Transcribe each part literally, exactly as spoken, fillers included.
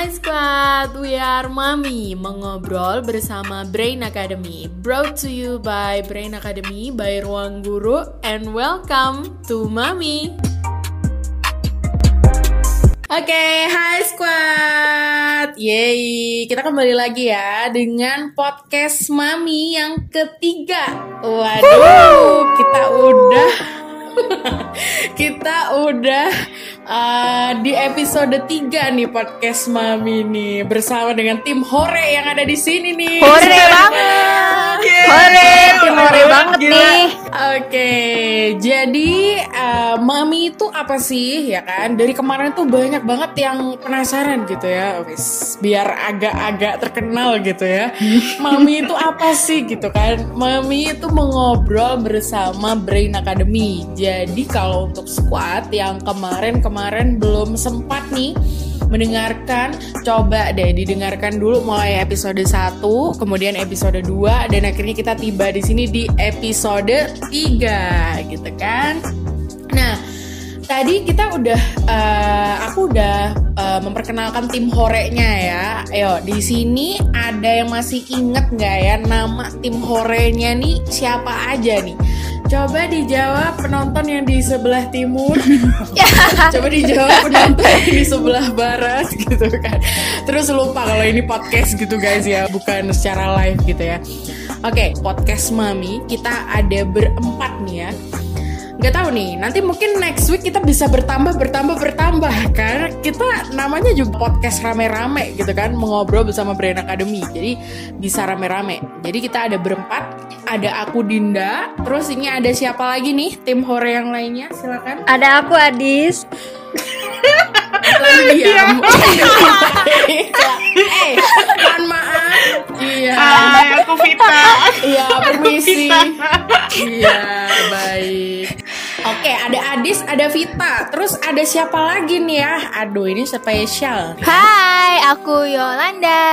Hai Squad, we are Mami, mengobrol bersama Brain Academy. Brought to you by Brain Academy by Ruang Guru. And welcome to Mami. Oke, okay, hai Squad. Yeay, kita kembali lagi ya dengan podcast Mami yang ketiga. Waduh, kita udah Kita udah uh, di episode tiga nih podcast Mami nih, bersama dengan tim Hore yang ada di sini nih. Hore banget. Yeah. Hore, tim Hore banget Gila. nih. Oke, okay, jadi uh, Mami itu apa sih ya kan? Dari kemarin tuh banyak banget yang penasaran gitu ya. Wis, biar agak-agak terkenal gitu ya. Mami itu apa sih gitu kan? Mami itu mengobrol bersama Brain Academy. Jadi kalau untuk squad yang kemarin-kemarin belum sempat nih mendengarkan, coba deh didengarkan dulu mulai episode satu, kemudian episode dua, dan akhirnya kita tiba di sini di episode tiga gitu kan. Nah, tadi kita udah uh, aku udah uh, memperkenalkan tim Hore-nya ya. Ayo, di sini ada yang masih inget nggak ya nama tim Hore-nya nih siapa aja nih? Coba dijawab penonton yang di sebelah timur. Coba dijawab penonton yang di sebelah barat gitu kan. Terus lupa kalau ini podcast gitu guys ya, bukan secara live gitu ya. Oke, podcast Mami kita ada berempat nih ya. Gak tahu nih, nanti mungkin next week kita bisa bertambah, bertambah, bertambah. Karena kita namanya juga podcast rame-rame gitu kan, mengobrol bersama Brain Academy. Jadi bisa rame-rame. Jadi kita ada berempat, ada aku Dinda. Terus ini ada siapa lagi nih tim Hore yang lainnya, silakan. Ada aku Adis. Diam. Eh, mohon maaf. Iya. Hai, aku Vita. Iya, permisi. Iya, baik. Oke, ada Adis, ada Vita. Terus ada siapa lagi nih ya? Aduh, ini spesial. Hai, aku Yolanda.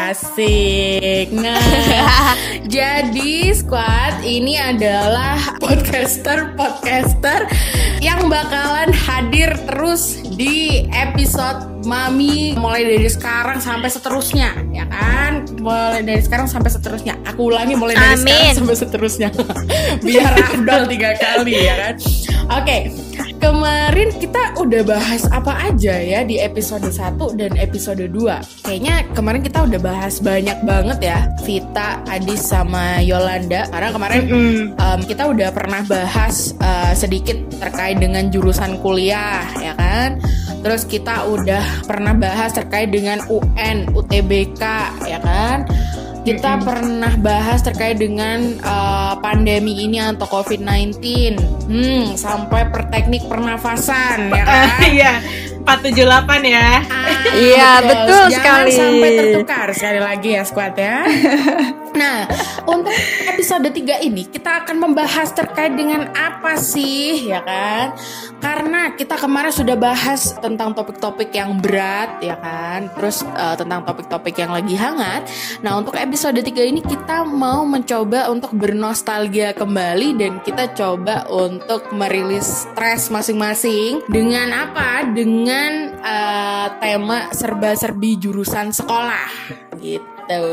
Asik. Nah, jadi squad ini adalah podcaster-podcaster yang bakalan hadir terus di episode Mami mulai dari sekarang sampai seterusnya, ya kan? Mulai dari sekarang sampai seterusnya. Aku ulangi, mulai dari Amin. sekarang sampai seterusnya. Biar afdol tiga kali ya kan. Oke, kemarin kita udah bahas apa aja ya di episode satu dan episode dua. Kayaknya kemarin kita udah bahas banyak banget ya, Vita, Adis, sama Yolanda. Karena kemarin mm-hmm. um, kita udah pernah bahas uh, sedikit terkait dengan jurusan kuliah, ya kan? Terus kita udah pernah bahas terkait dengan U N, U T B K, ya kan? Kita mm-hmm. pernah bahas terkait dengan uh, pandemi ini atau covid sembilan belas. Hmm, sampai per teknik pernafasan, ya kan? Uh, iya, empat tujuh delapan ya. Ah, iya, betul, betul Jangan sekali. Jangan sampai tertukar sekali lagi ya squad ya. Nah, untuk episode tiga ini kita akan membahas terkait dengan apa sih, ya kan? Karena kita kemarin sudah bahas tentang topik-topik yang berat, ya kan? Terus uh, tentang topik-topik yang lagi hangat. Nah, untuk episode tiga ini kita mau mencoba untuk bernostalgia kembali dan kita coba untuk merilis stres masing-masing dengan apa? Dengan uh, tema serba-serbi jurusan sekolah gitu.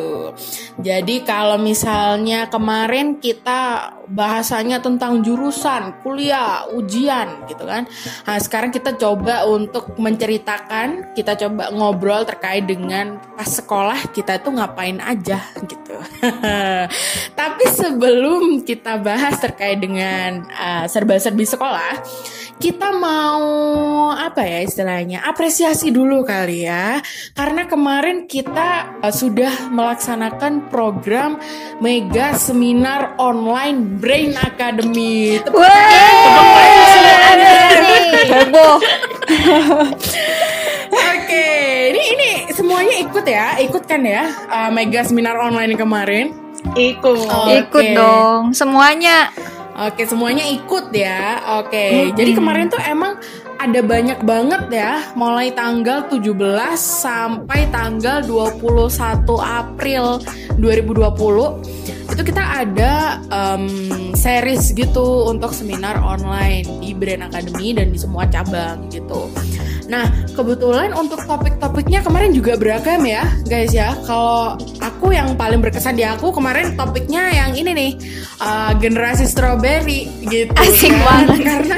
Jadi kalau misalnya kemarin kita bahasanya tentang jurusan, kuliah, ujian gitu kan. Nah, sekarang kita coba untuk menceritakan, kita coba ngobrol terkait dengan pas sekolah kita tuh ngapain aja gitu. Tapi sebelum kita bahas terkait dengan uh, serba-serbi sekolah, kita mau apa ya istilahnya, apresiasi dulu kali ya. Karena kemarin kita uh, sudah melaksanakan program mega seminar online Brain Academy. Tepuk heboh. Oke, ini ini semuanya ikut ya, ikut kan ya uh, mega seminar online kemarin. Ikut. Okay. Ikut dong, semuanya. Oke, semuanya ikut ya. Oke, hmm. Jadi kemarin tuh emang ada banyak banget ya, mulai tanggal tujuh belas sampai tanggal dua puluh satu April dua ribu dua puluh. Itu kita ada um, series gitu untuk seminar online di Brain Academy dan di semua cabang gitu. Nah, kebetulan untuk topik-topiknya kemarin juga beragam ya, guys ya. Kalau aku yang paling berkesan di aku kemarin topiknya yang ini nih, uh, generasi strawberry gitu. Asik kan? banget. Karena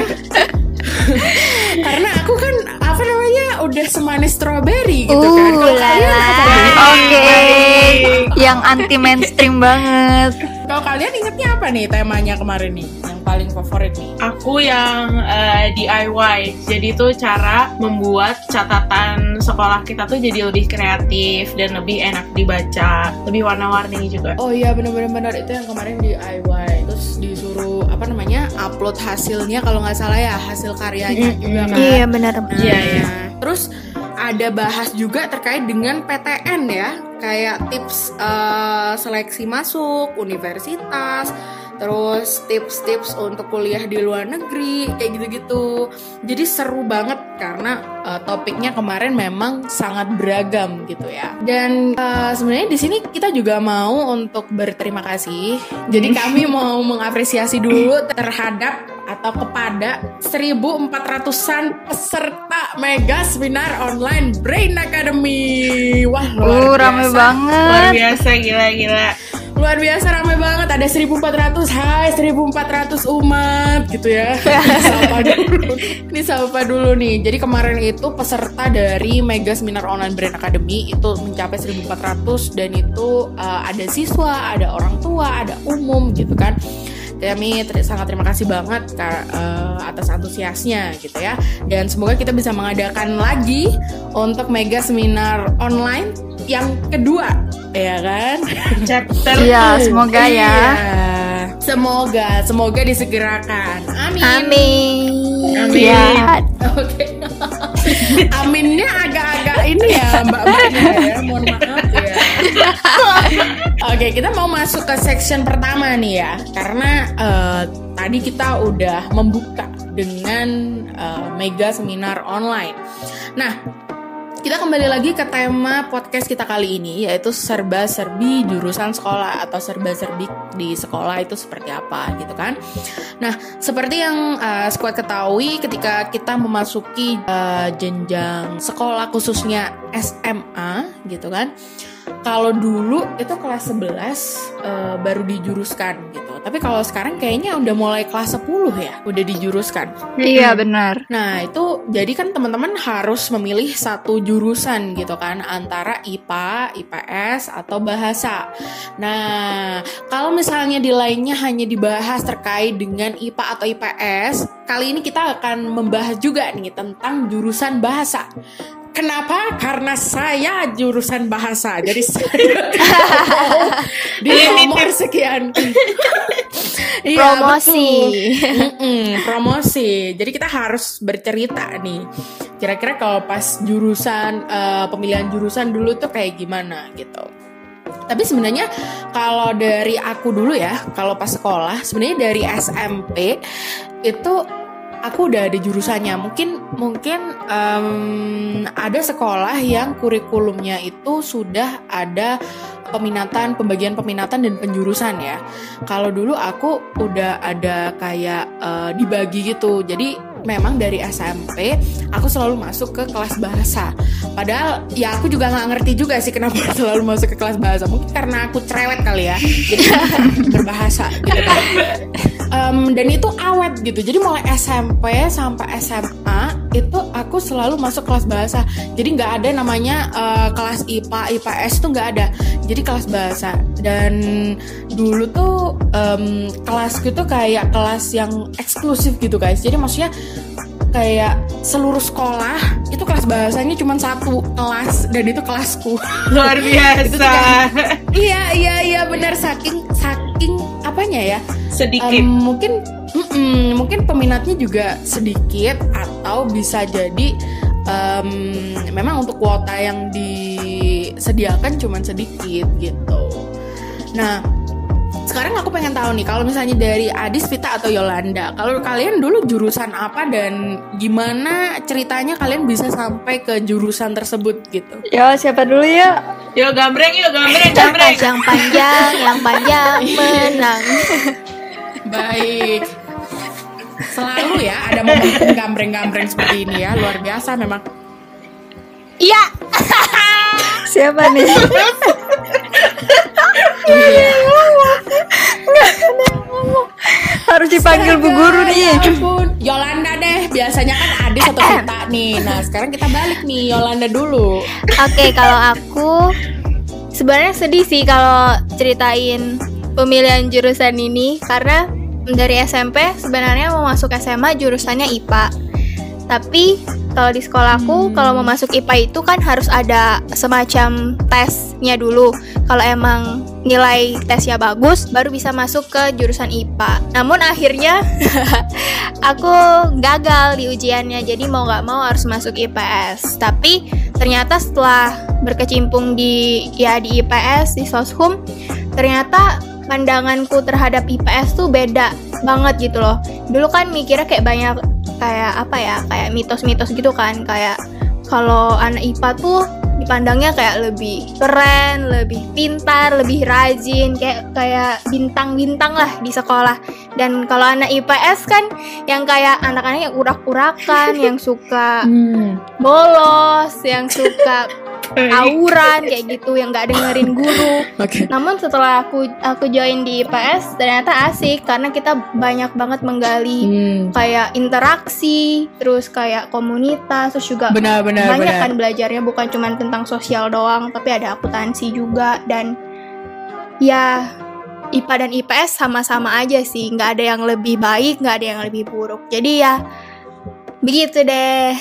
karena aku kan apa namanya udah semanis strawberry gitu Uh, kan. Kalau kalian lala. apa nih? Oke, yang anti mainstream banget. Kalau kalian ingetnya apa nih temanya kemarin nih? Yang paling favorit nih? Aku yang eh, D I Y. Jadi itu cara membuat catatan sekolah kita tuh jadi lebih kreatif dan lebih enak dibaca, lebih warna-warni juga. Oh iya benar-benar itu yang kemarin di D I Y. Terus disuruh apa namanya upload hasilnya kalau nggak salah ya, hasil karyanya Mm-mm. juga kan. Iya benar. Nah, Iya, iya. Terus ada bahas juga terkait dengan P T N ya, kayak tips eh, seleksi masuk universitas, terus tips-tips untuk kuliah di luar negeri, kayak gitu-gitu. Jadi seru banget karena eh, topiknya kemarin memang sangat beragam gitu ya. Dan eh, sebenarnya di sini kita juga mau untuk berterima kasih. Jadi kami mau mengapresiasi dulu terhadap atau kepada seribu empat ratusan peserta mega seminar online Brain Academy. Wah, luar Uh, biasa. rame Luar banget. biasa, gila-gila. Luar biasa rame banget, ada seribu empat ratus. Hai seribu empat ratus umat gitu ya. Ini sapa dulu. Ini sapa dulu nih. Jadi kemarin itu peserta dari Mega Seminar Online Brain Academy itu mencapai seribu empat ratus dan itu uh, ada siswa, ada orang tua, ada umum gitu kan. Kami ter- sangat terima kasih banget ka- uh, atas antusiasnya gitu ya. Dan semoga kita bisa mengadakan lagi untuk Mega Seminar Online yang kedua, ya kan? Chapter Iya, two. semoga ya. Iya. Semoga, semoga disegerakan. Amin. Amin. Amin. Ya. Oke. Aminnya agak-agak ini ya, Mbak-mbaknya ya. Mohon maaf ya. Oke, kita mau masuk ke section pertama nih ya. Karena eh, tadi kita udah membuka dengan eh, Mega Seminar Online. Nah, kita kembali lagi ke tema podcast kita kali ini, yaitu serba-serbi jurusan sekolah atau serba-serbi di sekolah itu seperti apa gitu kan. Nah, seperti yang uh, Squad ketahui ketika kita memasuki uh, jenjang sekolah khususnya S M A gitu kan. Kalau dulu itu kelas sebelas uh, baru dijuruskan gitu. Tapi kalau sekarang kayaknya udah mulai kelas sepuluh ya, udah dijuruskan. Iya benar. Nah itu jadi kan teman-teman harus memilih satu jurusan gitu kan, antara I P A, I P S atau bahasa. Nah kalau misalnya di lainnya hanya dibahas terkait dengan I P A atau I P S, kali ini kita akan membahas juga nih tentang jurusan bahasa. Kenapa? Karena saya jurusan bahasa. Jadi saya di nomor sekian. Iya, Promosi. betul. Mm-mm, promosi. Jadi kita harus bercerita nih. Kira-kira kalau pas jurusan uh, pemilihan jurusan dulu tuh kayak gimana gitu. Tapi sebenarnya kalau dari aku dulu ya, kalau pas sekolah sebenarnya dari S M P itu aku udah ada jurusannya. Mungkin mungkin um, ada sekolah yang kurikulumnya itu sudah ada peminatan, pembagian peminatan dan penjurusan ya. Kalau dulu aku udah ada kayak uh, dibagi gitu. Jadi memang dari S M P aku selalu masuk ke kelas bahasa. Padahal ya aku juga nggak ngerti juga sih kenapa selalu masuk ke kelas bahasa. Mungkin karena aku cerewet kali ya. Jadi berbahasa gitu kan. Um, dan itu awet gitu. Jadi mulai S M P sampai S M A itu aku selalu masuk kelas bahasa. Jadi nggak ada namanya uh, kelas I P A, I P S itu nggak ada. Jadi kelas bahasa. Dan dulu tuh um, kelasku tuh kayak kelas yang eksklusif gitu guys. Jadi maksudnya kayak seluruh sekolah itu kelas bahasanya cuma satu kelas dan itu kelasku. Luar biasa. Kan, iya iya iya benar, saking saking apanya ya? Sedikit. Um, mungkin mm-mm, mungkin peminatnya juga sedikit atau bisa jadi um, memang untuk kuota yang disediakan cuma sedikit gitu. Nah sekarang aku pengen tahu nih kalau misalnya dari Adis, Vita atau Yolanda, kalau kalian dulu jurusan apa dan gimana ceritanya kalian bisa sampai ke jurusan tersebut gitu? Ya siapa dulu ya? Yuk gambreng, yuk gambreng, gambreng. Yang panjang, yang panjang menang. Baik. Selalu ya ada momen gambreng-gambreng seperti ini ya, luar biasa memang. Iya. Siapa nih? Iya. Harus dipanggil Bu Guru nih. Ya ampun. Yolanda deh. Biasanya kan Adis atau Vita nih. Nah sekarang kita balik nih, Yolanda dulu. Oke, kalau aku sebenarnya sedih sih kalau ceritain pemilihan jurusan ini, karena dari S M P sebenarnya mau masuk S M A jurusannya I P A. Tapi kalau di sekolahku hmm. kalau mau masuk I P A itu kan harus ada semacam tesnya dulu. Kalau emang nilai tesnya bagus baru bisa masuk ke jurusan I P A. Namun akhirnya aku gagal di ujiannya, jadi mau gak mau harus masuk I P S. Tapi ternyata setelah berkecimpung di ya di I P S, di Soshum, ternyata pandanganku terhadap I P S tuh beda banget gitu loh. Dulu kan mikirnya kayak banyak kayak apa ya, kayak mitos-mitos gitu kan, kayak kalau anak I P A tuh dipandangnya kayak lebih keren, lebih pintar, lebih rajin, kayak kayak bintang-bintang lah di sekolah. Dan kalau anak I P S kan yang kayak anak-anak yang urak-urakan, yang suka Hmm. bolos, yang suka tawuran kayak gitu, yang nggak dengerin guru. Oke. Namun setelah aku aku join di I P S ternyata asik karena kita banyak banget menggali Hmm. kayak interaksi, terus kayak komunitas, terus juga Benar-benar. banyak benar. kan belajarnya, bukan cuma tentang sosial doang, tapi ada akuntansi juga. Dan ya I P A dan I P S sama-sama aja sih, nggak ada yang lebih baik, nggak ada yang lebih buruk. Jadi ya begitu deh.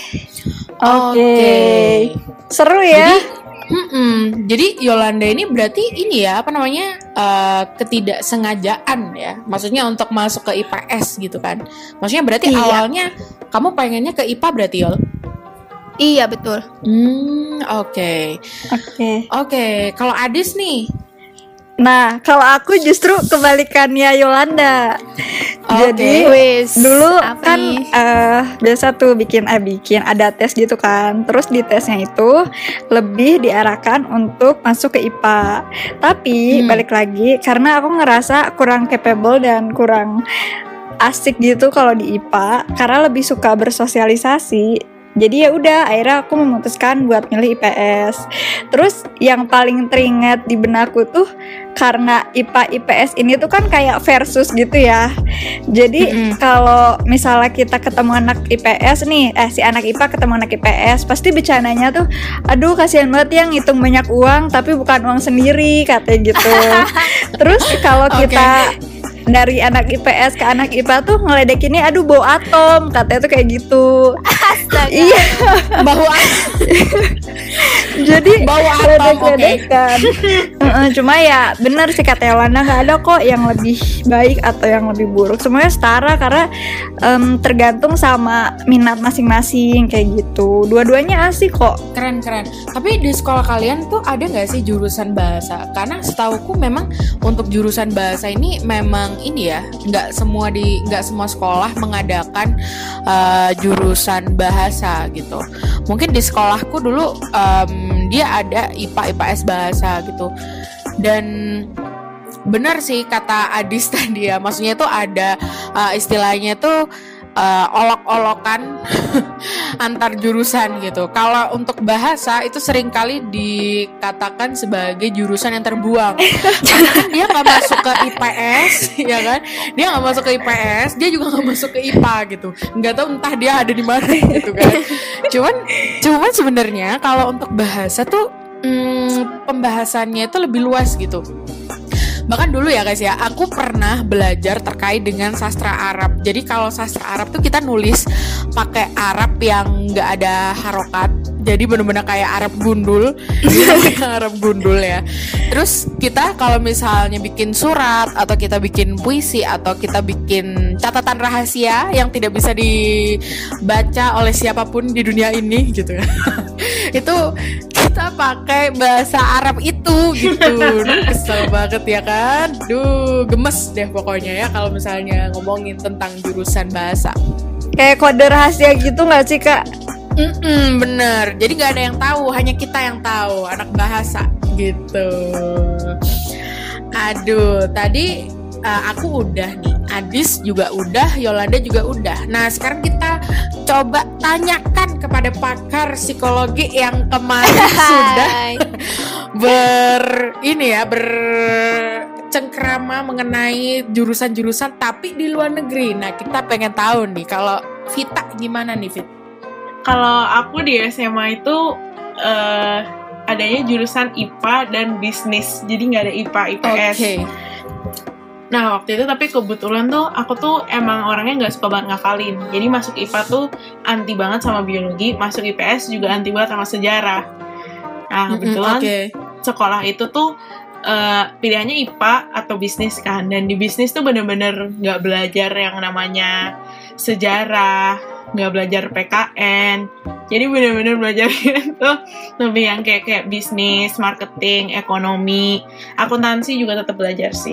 Oke. Seru ya. Jadi, mm-mm. Jadi Yolanda ini berarti ini ya apa namanya uh, ketidaksengajaan ya. Maksudnya untuk masuk ke I P S gitu kan. Maksudnya berarti Iya. awalnya kamu pengennya ke I P A berarti Yol? Iya betul. Hmm, oke. Oke. Oke, kalau Adis nih. Nah, kalau aku justru kebalikannya Yolanda. Oke. Jadi Wis, dulu apa kan nih? eh, biasa tuh bikin eh bikin ada tes gitu kan. Terus di tesnya itu lebih diarahkan untuk masuk ke I P A. Tapi Hmm. balik lagi karena aku ngerasa kurang capable dan kurang asik gitu kalau di I P A karena lebih suka bersosialisasi. Jadi ya udah akhirnya aku memutuskan buat milih I P S. Terus yang paling teringat di benakku tuh karena I P A I P S ini tuh kan kayak versus gitu ya. Jadi Mm-mm. kalau misalnya kita ketemu anak I P S nih, eh si anak I P A ketemu anak I P S, pasti bercandanya tuh, aduh kasihan banget yang ngitung banyak uang tapi bukan uang sendiri katanya gitu. Terus kalau Oke. kita dari anak I P S ke anak I P A tuh ngeledekinnya aduh bau atom katanya tuh kayak gitu. Astaga. Iya. Bau Jadi Bau atom, ledek-ledekan. Heeh, cuma ya bener sih kata Yolanda, nggak ada kok yang lebih baik atau yang lebih buruk, semuanya setara karena em, tergantung sama minat masing-masing kayak gitu. Dua-duanya asik kok. keren-keren. Tapi di sekolah kalian tuh ada nggak sih jurusan bahasa? Karena setauku memang untuk jurusan bahasa ini memang ini ya, nggak semua di nggak semua sekolah mengadakan uh, jurusan bahasa gitu. Mungkin di sekolahku dulu um, dia ada I P A I P S bahasa gitu. Dan benar sih kata Adis tadi ya, maksudnya tuh ada uh, istilahnya tuh uh, olok-olokan antar jurusan gitu. Kalau untuk bahasa itu seringkali dikatakan sebagai jurusan yang terbuang. Karena kan dia nggak masuk ke I P S, ya kan? Dia nggak masuk ke I P S, dia juga nggak masuk ke I P A gitu. Nggak tahu entah dia ada di mana gitu kan. Cuman, cuman sebenarnya kalau untuk bahasa tuh hmm, pembahasannya itu lebih luas gitu. Bahkan dulu ya guys ya, aku pernah belajar terkait dengan sastra Arab. Jadi kalau sastra Arab tuh kita nulis pakai Arab yang nggak ada harokat. Jadi benar-benar kayak Arab gundul, Arab gundul ya. Terus kita kalau misalnya bikin surat atau kita bikin puisi atau kita bikin catatan rahasia yang tidak bisa dibaca oleh siapapun di dunia ini gitu ya. Itu kita pakai bahasa Arab itu gitu. Duh, kesel banget ya kan. Duh, gemes deh pokoknya ya kalau misalnya ngomongin tentang jurusan bahasa. Kayak kode rahasia gitu nggak sih kak? Mm-mm, bener, jadi gak ada yang tahu, hanya kita yang tahu, anak bahasa gitu. Aduh, tadi uh, aku udah nih, Adis juga udah, Yolanda juga udah. Nah sekarang kita coba tanyakan kepada pakar psikologi yang kemarin sudah ber ini ya bercengkrama mengenai jurusan-jurusan tapi di luar negeri. Nah kita pengen tahu nih kalau Vita gimana nih Vita? Kalau aku di S M A itu uh, adanya jurusan I P A dan bisnis, jadi nggak ada I P A I P S. Okay. Nah waktu itu tapi kebetulan tuh aku tuh emang orangnya nggak suka banget ngafalin, jadi masuk I P A tuh anti banget sama biologi, masuk I P S juga anti banget sama sejarah. Nah kebetulan mm-hmm, okay. sekolah itu tuh uh, pilihannya I P A atau bisnis kan, dan di bisnis tuh bener-bener nggak belajar yang namanya sejarah, nggak belajar P K N, jadi bener-bener belajar itu lebih yang kayak kayak bisnis, marketing, ekonomi, akuntansi juga tetap belajar sih.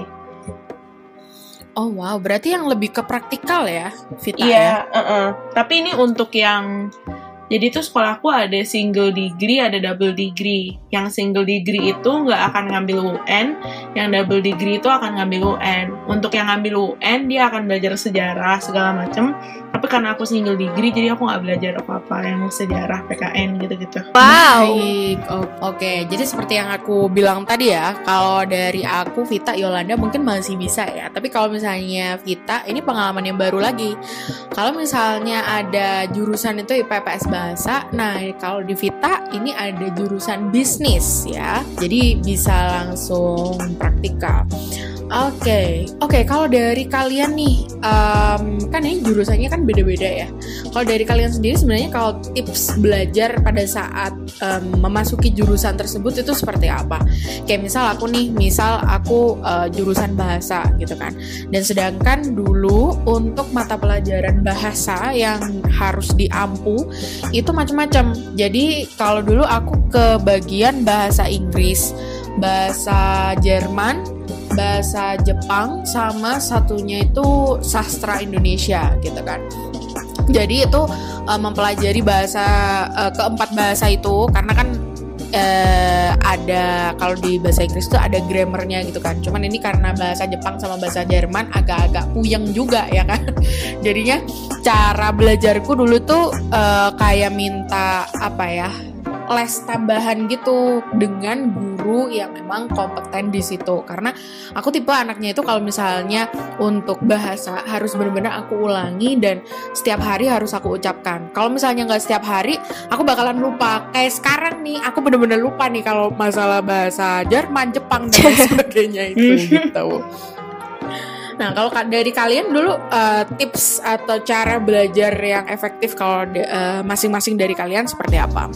Oh wow, berarti yang lebih ke praktikal ya, Vita Iya, ya? uh-uh. Tapi ini untuk yang jadi tuh sekolahku ada single degree, ada double degree. Yang single degree itu nggak akan ngambil U N, yang double degree itu akan ngambil U N. Untuk yang ngambil U N, dia akan belajar sejarah segala macem. Tapi karena aku single degree, jadi aku nggak belajar apa-apa yang sejarah, P K N gitu-gitu. Wow. Baik, oke. Okay. Jadi seperti yang aku bilang tadi ya, kalau dari aku, Vita, Yolanda mungkin masih bisa ya. Tapi kalau misalnya Vita, ini pengalaman yang baru lagi. Kalau misalnya ada jurusan itu I P P S bahasa, nah kalau di Vita ini ada jurusan bisnis ya. Jadi bisa langsung praktikal. Oke, okay. oke. Okay, kalau dari kalian nih, um, kan ini jurusannya kan beda-beda ya. Kalau dari kalian sendiri sebenarnya kalau tips belajar pada saat um, memasuki jurusan tersebut itu seperti apa? Kayak misal aku nih, misal aku uh, jurusan bahasa gitu kan. Dan sedangkan dulu untuk mata pelajaran bahasa yang harus diampu itu macam-macam. Jadi kalau dulu aku ke bagian bahasa Inggris, bahasa Jerman, bahasa Jepang, sama satunya itu sastra Indonesia gitu kan. Jadi itu uh, mempelajari bahasa uh, keempat bahasa itu karena kan uh, ada kalau di bahasa Inggris tuh ada grammarnya gitu kan. Cuman ini karena bahasa Jepang sama bahasa Jerman agak-agak puyeng juga ya kan. Jadinya cara belajarku dulu tuh uh, kayak minta apa ya? les tambahan gitu dengan guru yang memang kompeten di situ. Karena aku tipe anaknya itu kalau misalnya untuk bahasa harus benar-benar aku ulangi dan setiap hari harus aku ucapkan. Kalau misalnya nggak setiap hari, aku bakalan lupa. Kayak sekarang nih, aku benar-benar lupa nih kalau masalah bahasa Jerman, Jepang dan lain sebagainya itu gitu. Nah, kalau dari kalian dulu uh, tips atau cara belajar yang efektif kalau de- uh, masing-masing dari kalian seperti apa?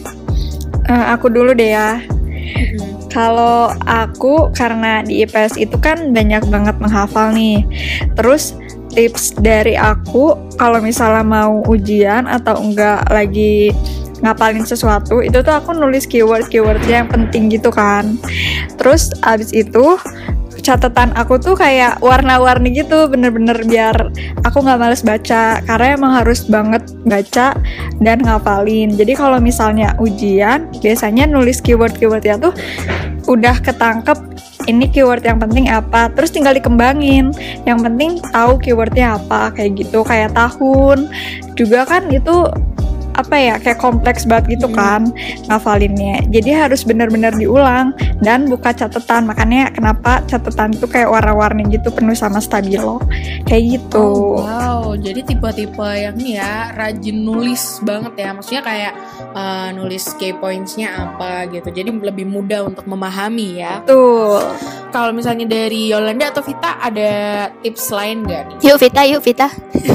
Uh, aku dulu deh ya. Mm-hmm. Kalau aku karena di I P S itu kan banyak banget menghafal nih. Terus tips dari aku kalau misalnya mau ujian atau enggak lagi ngapalin sesuatu, itu tuh aku nulis keyword-keywordnya yang penting gitu kan. Terus abis itu catatan aku tuh kayak warna-warni gitu, bener-bener biar aku nggak males baca, karena emang harus banget baca dan ngapalin. Jadi kalau misalnya ujian, biasanya nulis keyword-keywordnya tuh udah ketangkep ini keyword yang penting apa, terus tinggal dikembangin. Yang penting tahu keywordnya apa, kayak gitu. Kayak tahun juga kan itu apa ya, kayak kompleks banget gitu kan ngafalinnya. Jadi harus benar-benar diulang dan buka catatan. Makanya kenapa catatan itu kayak warna-warni gitu, penuh sama stabilo kayak gitu. Oh, wow, jadi tipe-tipe yang ini ya rajin nulis banget ya. Maksudnya kayak uh, nulis key points-nya apa gitu. Jadi lebih mudah untuk memahami ya. Tuh. Kalau misalnya dari Yolanda atau Vita ada tips lain nggak nih? Yuk Vita, yuk Vita.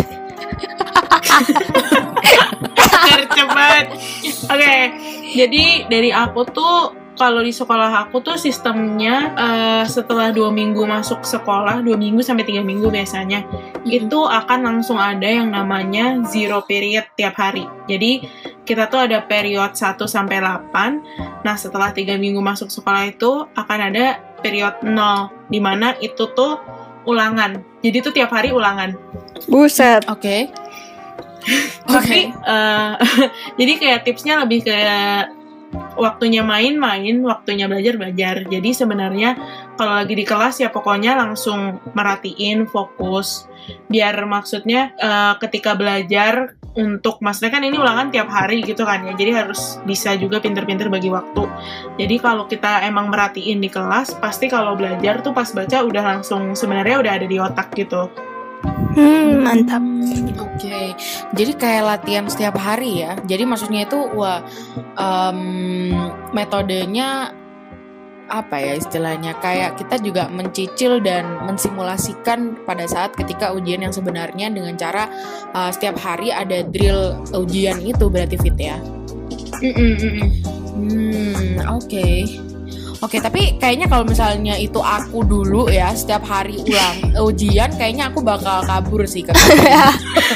Cepat. Oke, okay. Jadi dari aku tuh kalau di sekolah aku tuh sistemnya uh, setelah dua minggu masuk sekolah, dua minggu sampai tiga minggu biasanya, mm-hmm. itu akan langsung ada yang namanya zero period tiap hari. Jadi kita tuh ada period satu sampai delapan. Nah setelah tiga minggu masuk sekolah itu akan ada period nol, dimana itu tuh ulangan. Jadi tuh tiap hari ulangan. Buset. Oke. Okay. Tapi okay. uh, jadi kayak tipsnya lebih ke waktunya main-main, waktunya belajar-belajar. Jadi sebenarnya kalau lagi di kelas ya pokoknya langsung merhatiin, fokus. Biar maksudnya uh, ketika belajar untuk, maksudnya kan ini ulangan tiap hari gitu kan ya, jadi harus bisa juga pinter-pinter bagi waktu. Jadi kalau kita emang merhatiin di kelas, pasti kalau belajar tuh pas baca udah langsung sebenarnya udah ada di otak gitu. Hmm, mantap. Hmm, Oke, okay. Jadi kayak latihan setiap hari ya. Jadi maksudnya itu, wah, um, metodenya apa ya istilahnya? Kayak kita juga mencicil dan mensimulasikan pada saat ketika ujian yang sebenarnya dengan cara uh, setiap hari ada drill ujian itu berarti Fit ya. Hmm, oke. Okay. Oke, tapi kayaknya kalau misalnya itu aku dulu ya, setiap hari ulang ujian, kayaknya aku bakal kabur sih ke kantin.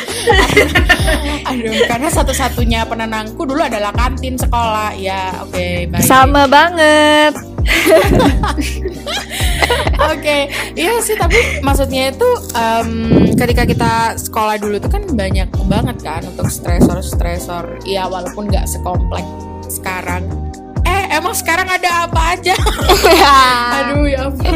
Aduh, karena satu-satunya penenangku dulu adalah kantin sekolah. Ya, oke, okay, baik. Sama banget. Oke, okay. Iya sih, tapi maksudnya itu um, ketika kita sekolah dulu itu kan banyak banget kan untuk stresor-stresor. Ya, walaupun nggak sekompleks sekarang. Eh, emang sekarang ada apa aja? Aduh, ya ampun.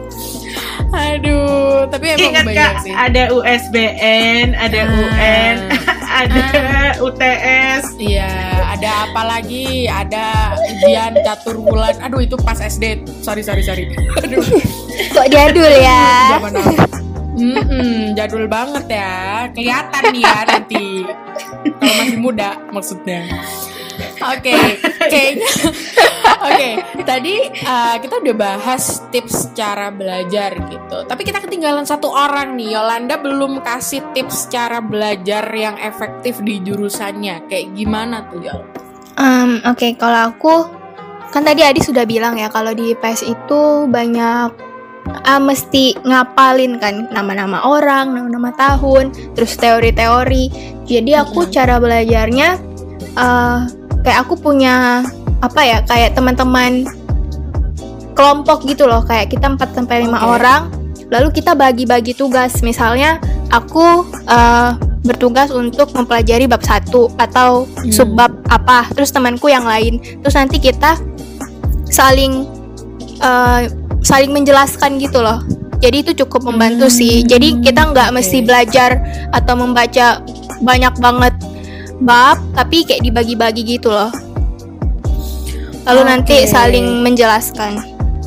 Aduh, tapi emang ingat banyak Kak, sih. Ada U S B N, ada Ah. U N, ada U T S. Iya, ada apa lagi? Ada ujian catur bulan. Aduh, itu pas S D. Sorry, sorry, sorry. Aduh. Kok jadul ya? Zaman now. Mm-mm, jadul banget ya. Kelihatan nih ya nanti. Kalau masih muda maksudnya. Oke, okay, kayaknya oke. Okay, tadi uh, kita udah bahas tips cara belajar gitu. Tapi kita ketinggalan satu orang nih. Yolanda belum kasih tips cara belajar yang efektif di jurusannya. Kayak gimana tuh, Yol? Um, Oke, okay, kalau aku kan tadi Adi sudah bilang ya kalau di I P S itu banyak uh, mesti ngapalin kan nama-nama orang, nama-nama tahun, terus teori-teori. Jadi aku Mm-hmm. cara belajarnya uh, kayak aku punya apa ya, kayak teman-teman kelompok gitu loh, kayak kita empat sampai lima Okay. orang, lalu kita bagi-bagi tugas. Misalnya aku uh, bertugas untuk mempelajari bab satu atau Hmm. subbab apa, terus temanku yang lain, terus nanti kita saling uh, saling menjelaskan gitu loh. Jadi itu cukup membantu Hmm, sih. Jadi kita nggak oke. mesti belajar atau membaca banyak banget bab, tapi kayak dibagi-bagi gitu loh. Lalu Oke. nanti saling menjelaskan.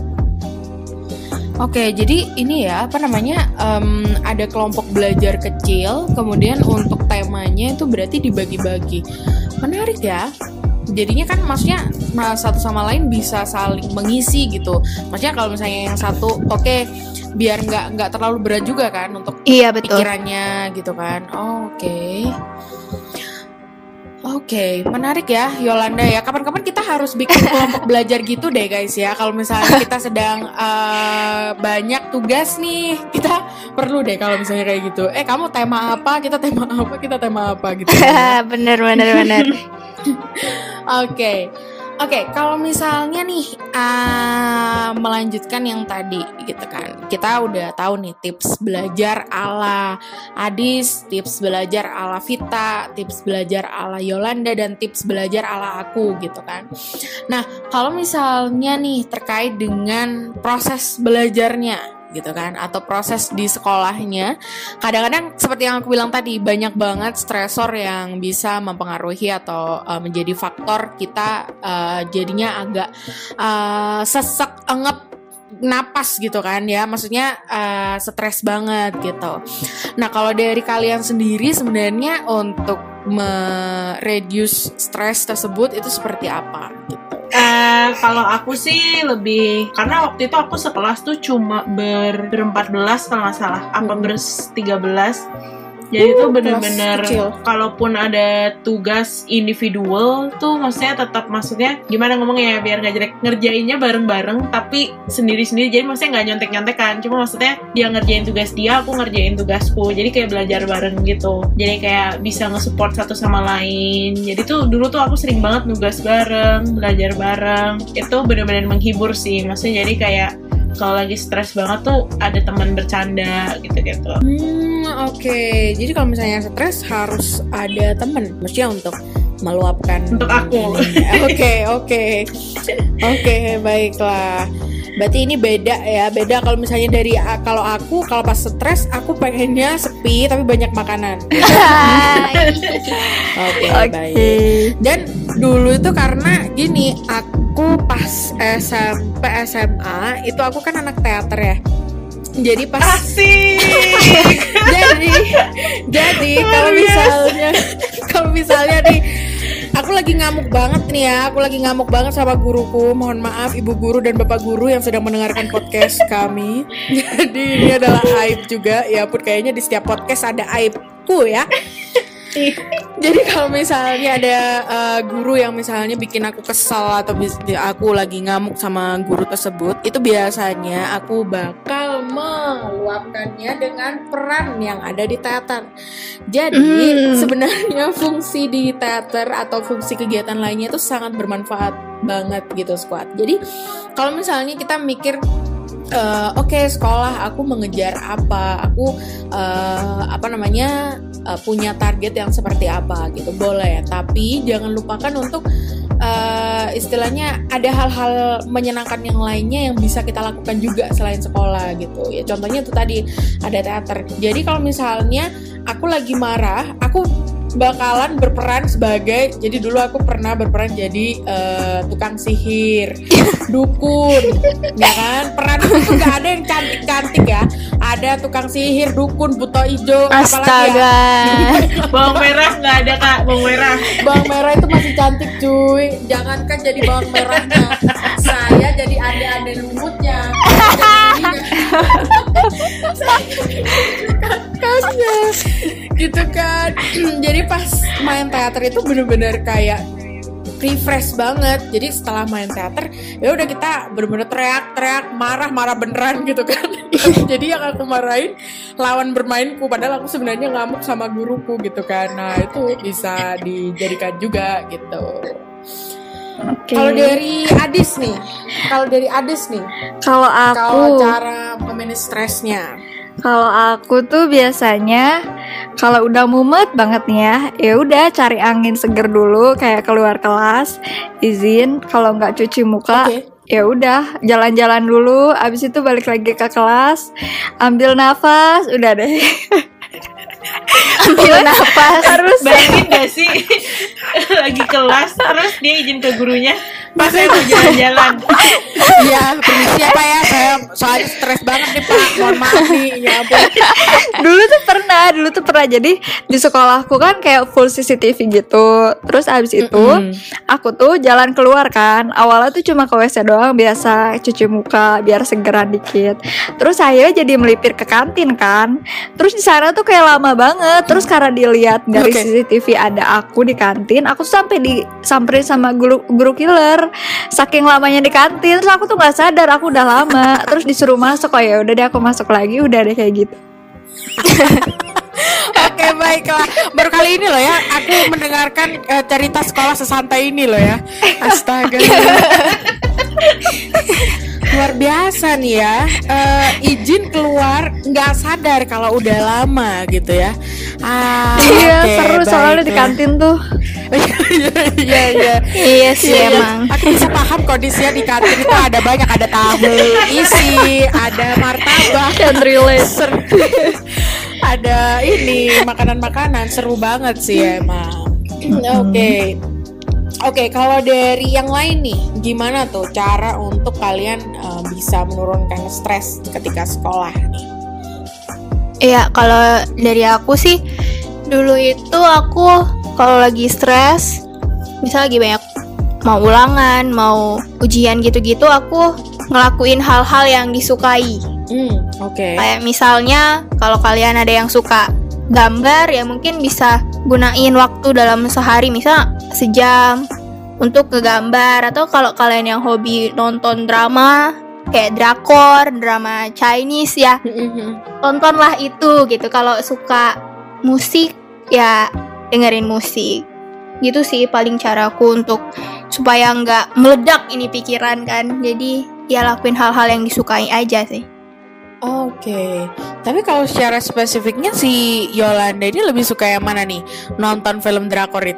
Oke, jadi ini ya apa namanya em, ada kelompok belajar kecil, kemudian untuk temanya itu berarti dibagi-bagi. Menarik ya. Jadinya kan maksudnya nah, satu sama lain bisa saling mengisi gitu. Maksudnya kalau misalnya yang satu, oke, biar nggak nggak terlalu berat juga kan untuk Iya betul. pikirannya gitu kan. Oh, oke. Oke, menarik ya Yolanda ya. Kapan-kapan kita harus bikin kelompok belajar gitu deh guys ya. Kalau misalnya kita sedang uh, banyak tugas nih, kita perlu deh kalau misalnya kayak gitu. Eh kamu tema apa? Kita tema apa? Kita tema apa gitu. bener bener bener. Oke. Oke, kalau misalnya nih uh, melanjutkan yang tadi gitu kan. Kita udah tahu nih tips belajar ala Adis, tips belajar ala Vita, tips belajar ala Yolanda, dan tips belajar ala aku gitu kan. Nah, kalau misalnya nih terkait dengan proses belajarnya gitu kan, atau proses di sekolahnya, kadang-kadang seperti yang aku bilang tadi, banyak banget stresor yang bisa mempengaruhi atau uh, menjadi faktor kita uh, jadinya agak uh, sesek, engep napas gitu kan ya, maksudnya uh, stres banget gitu. Nah, kalau dari kalian sendiri sebenarnya untuk mereduce stres tersebut itu seperti apa gitu? Eh, kalau aku sih lebih, karena waktu itu aku sekelas tuh cuma ber berempat belas kalau nggak salah, apa Hmm. bertiga belas. Jadi Uh, tuh kelas bener-bener kecil. kalaupun ada tugas individual tuh maksudnya tetap, maksudnya gimana ngomongnya ya, biar nggak jelek, ngerjainnya bareng-bareng tapi sendiri-sendiri. Jadi maksudnya nggak nyontek-nyontekan, cuma maksudnya dia ngerjain tugas dia, aku ngerjain tugasku. Jadi kayak belajar bareng gitu. Jadi kayak bisa nge-support satu sama lain. Jadi tuh dulu tuh aku sering banget nugas bareng, belajar bareng. Itu bener-bener menghibur sih. Maksudnya jadi kayak kalau lagi stres banget tuh ada teman bercanda gitu-gitu. Hmm, oke. Jadi kalau misalnya stres harus ada temen, maksudnya untuk meluapkan. Untuk aku. Oke, oke. Oke, baiklah. Berarti ini beda ya, beda kalau misalnya dari kalau aku kalau pas stres aku pengennya sepi tapi banyak makanan. Oke, Oke. baik. Dan dulu itu karena gini, aku pas S M P S M A itu aku kan anak teater ya. Jadi pas Asik. jadi jadi kalau misalnya kalau misalnya nih aku lagi ngamuk banget nih ya, aku lagi ngamuk banget sama guruku. Mohon maaf ibu guru dan bapak guru yang sedang mendengarkan podcast kami. Jadi ini adalah aib juga. Ya pun kayaknya di setiap podcast ada aibku ya. Jadi kalau misalnya ada uh, guru yang misalnya bikin aku kesal atau bis- aku lagi ngamuk sama guru tersebut, itu biasanya aku bakal meluapkannya dengan peran yang ada di teater. Jadi Hmm. sebenarnya fungsi di teater atau fungsi kegiatan lainnya itu sangat bermanfaat banget gitu squad. Jadi kalau misalnya kita mikir Uh, oke okay, sekolah aku mengejar apa, aku uh, apa namanya uh, punya target yang seperti apa gitu, boleh. Tapi jangan lupakan untuk uh, istilahnya ada hal-hal menyenangkan yang lainnya yang bisa kita lakukan juga selain sekolah gitu. Ya contohnya itu tadi ada teater. Jadi kalau misalnya aku lagi marah, aku bakalan berperan sebagai, jadi dulu aku pernah berperan jadi uh, tukang sihir, dukun, ya kan. Peran itu nggak ada yang cantik-cantik ya. Ada tukang sihir, dukun, buto ijo, apalagi Astaga. ya. Bawang merah nggak ada kak, bawang merah. Bawang merah itu masih cantik cuy. Jangankan jadi bawang merahnya, saya jadi ade-ade lumutnya. Kannya gitu kan. Jadi pas main teater itu bener-bener kayak refresh banget. Jadi setelah main teater ya udah kita bener-bener teriak-teriak, marah-marah beneran gitu kan. Jadi yang aku marahin lawan bermainku, padahal aku sebenarnya ngamuk sama guruku gitu kan. Nah itu bisa dijadikan juga gitu. Oke. Kalau dari Adis nih, kalau dari Adis nih, Kalau kalau aku, cara memanage stresnya. kalau aku tuh biasanya kalau udah mumet banget nih ya, ya udah cari angin seger dulu, kayak keluar kelas, izin, kalau nggak cuci muka. Oke. Ya udah jalan-jalan dulu, abis itu balik lagi ke kelas, ambil nafas, udah deh. Ambil nafas. Harus Bayangin gak sih lagi kelas terus dia izin ke gurunya, pas saya mau jalan-jalan. Iya, permisi ya Pak ya, saya soalnya stres banget nih Pak, mohon maaf nih, ya ampun. dulu tuh pernah, dulu tuh pernah jadi di sekolahku kan kayak full C C T V gitu. Terus abis itu Mm-mm. aku tuh jalan keluar kan. Awalnya tuh cuma ke W C doang, biasa cuci muka biar segeran dikit. Terus saya jadi melipir ke kantin kan. Terus di sana tuh kayak lama banget. Terus karena dilihat dari Oke. C C T V ada aku di kantin, aku tuh sampai disamperin sama guru guru killer. Saking lamanya di kantin, terus aku tuh nggak sadar aku udah lama. Terus disuruh masuk, oh ya udah deh aku masuk lagi, udah deh kayak gitu. Oke baiklah, baru kali ini loh ya aku mendengarkan eh, cerita sekolah sesantai ini loh ya. Astaga. Luar biasa nih ya. Eh, izin keluar nggak sadar kalau udah lama gitu ya. Ah, Iya, oke, seru soalnya di baiklah. kantin tuh. Iya iya. Iya sih Iya, emang. aku bisa paham kondisinya di kantin itu ada banyak, ada tahu isi, ada martabak, Can relate. Ser- ada ini makanan-makanan seru banget sih emang. Oke. Oke, kalau dari yang lain nih, gimana tuh cara untuk kalian eh, bisa menurunkan stres ketika sekolah nih? Iya, kalau dari aku sih dulu itu aku kalau lagi stres, misal lagi banyak mau ulangan, mau ujian gitu-gitu, aku ngelakuin hal-hal yang disukai. Hmm, oke. Kayak misalnya kalau kalian ada yang suka gambar ya mungkin bisa gunain waktu dalam sehari misal sejam untuk ngegambar, atau kalau kalian yang hobi nonton drama kayak drakor, drama Chinese ya, Mhm. tontonlah itu gitu. Kalau suka musik ya dengerin musik. Gitu sih paling caraku untuk supaya nggak meledak ini pikiran kan. Jadi ya lakuin hal-hal yang disukai aja sih. Oke, tapi kalau secara spesifiknya si Yolanda ini lebih suka yang mana nih? Nonton film drakor itu?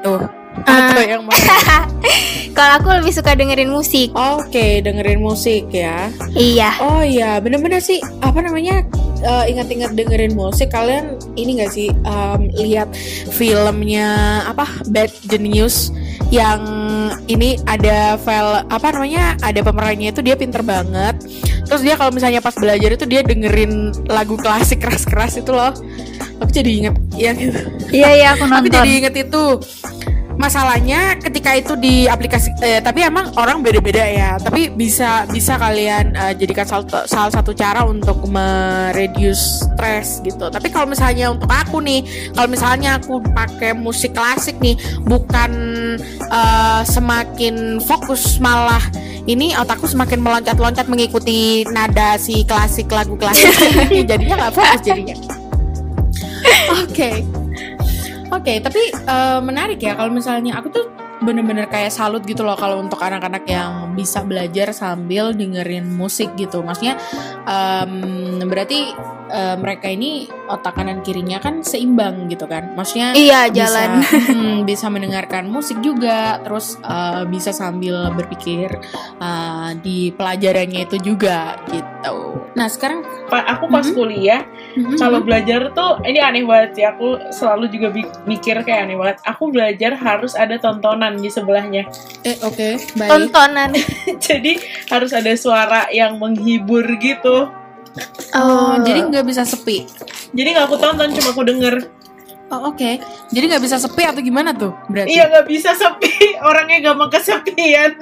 Atau yang mana? Kalau aku lebih suka dengerin musik. Oke, dengerin musik ya. Iya. Oh iya, bener-bener sih. Apa namanya? Uh, ingat-ingat dengerin musik. Kalian ini nggak sih um, lihat filmnya apa? Bad Genius yang ini ada file apa namanya? Ada pemerannya itu dia pinter banget. Terus dia kalau misalnya pas belajar itu dia dengerin lagu klasik keras-keras itu loh. Aku jadi inget yang itu. Iya iya aku nonton. Aku jadi inget itu. Masalahnya ketika itu di aplikasi eh, tapi emang orang beda-beda ya. Tapi bisa bisa kalian uh, jadikan salah, salah satu cara untuk mereduce stress gitu. Tapi kalau misalnya untuk aku nih, kalau misalnya aku pakai musik klasik nih, bukan uh, semakin fokus, malah ini otakku semakin meloncat-loncat mengikuti nada si klasik lagu klasik. Jadinya nggak fokus jadinya. Oke. Okay. Oke, okay, tapi uh, menarik ya kalau misalnya aku tuh bener-bener kayak salut gitu loh kalau untuk anak-anak yang bisa belajar sambil dengerin musik gitu. Maksudnya um, berarti uh, mereka ini otak kanan kirinya kan seimbang gitu kan. Maksudnya iya, bisa, jalan. hmm, bisa mendengarkan musik juga, terus uh, bisa sambil berpikir uh, di pelajarannya itu juga gitu. Nah sekarang aku pas mm-hmm. kuliah mm-hmm. kalau belajar tuh ini aneh banget sih. Aku selalu juga mikir kayak aneh banget. Aku belajar harus ada tontonan di sebelahnya. Eh oke, okay, baik. Tontonan. Jadi harus ada suara yang menghibur gitu. Oh, jadi nggak bisa sepi. Jadi nggak aku tonton, cuma aku denger. Oh oke, okay. Jadi nggak bisa sepi atau gimana tuh berarti? Iya nggak bisa sepi, orangnya gampang kesepian.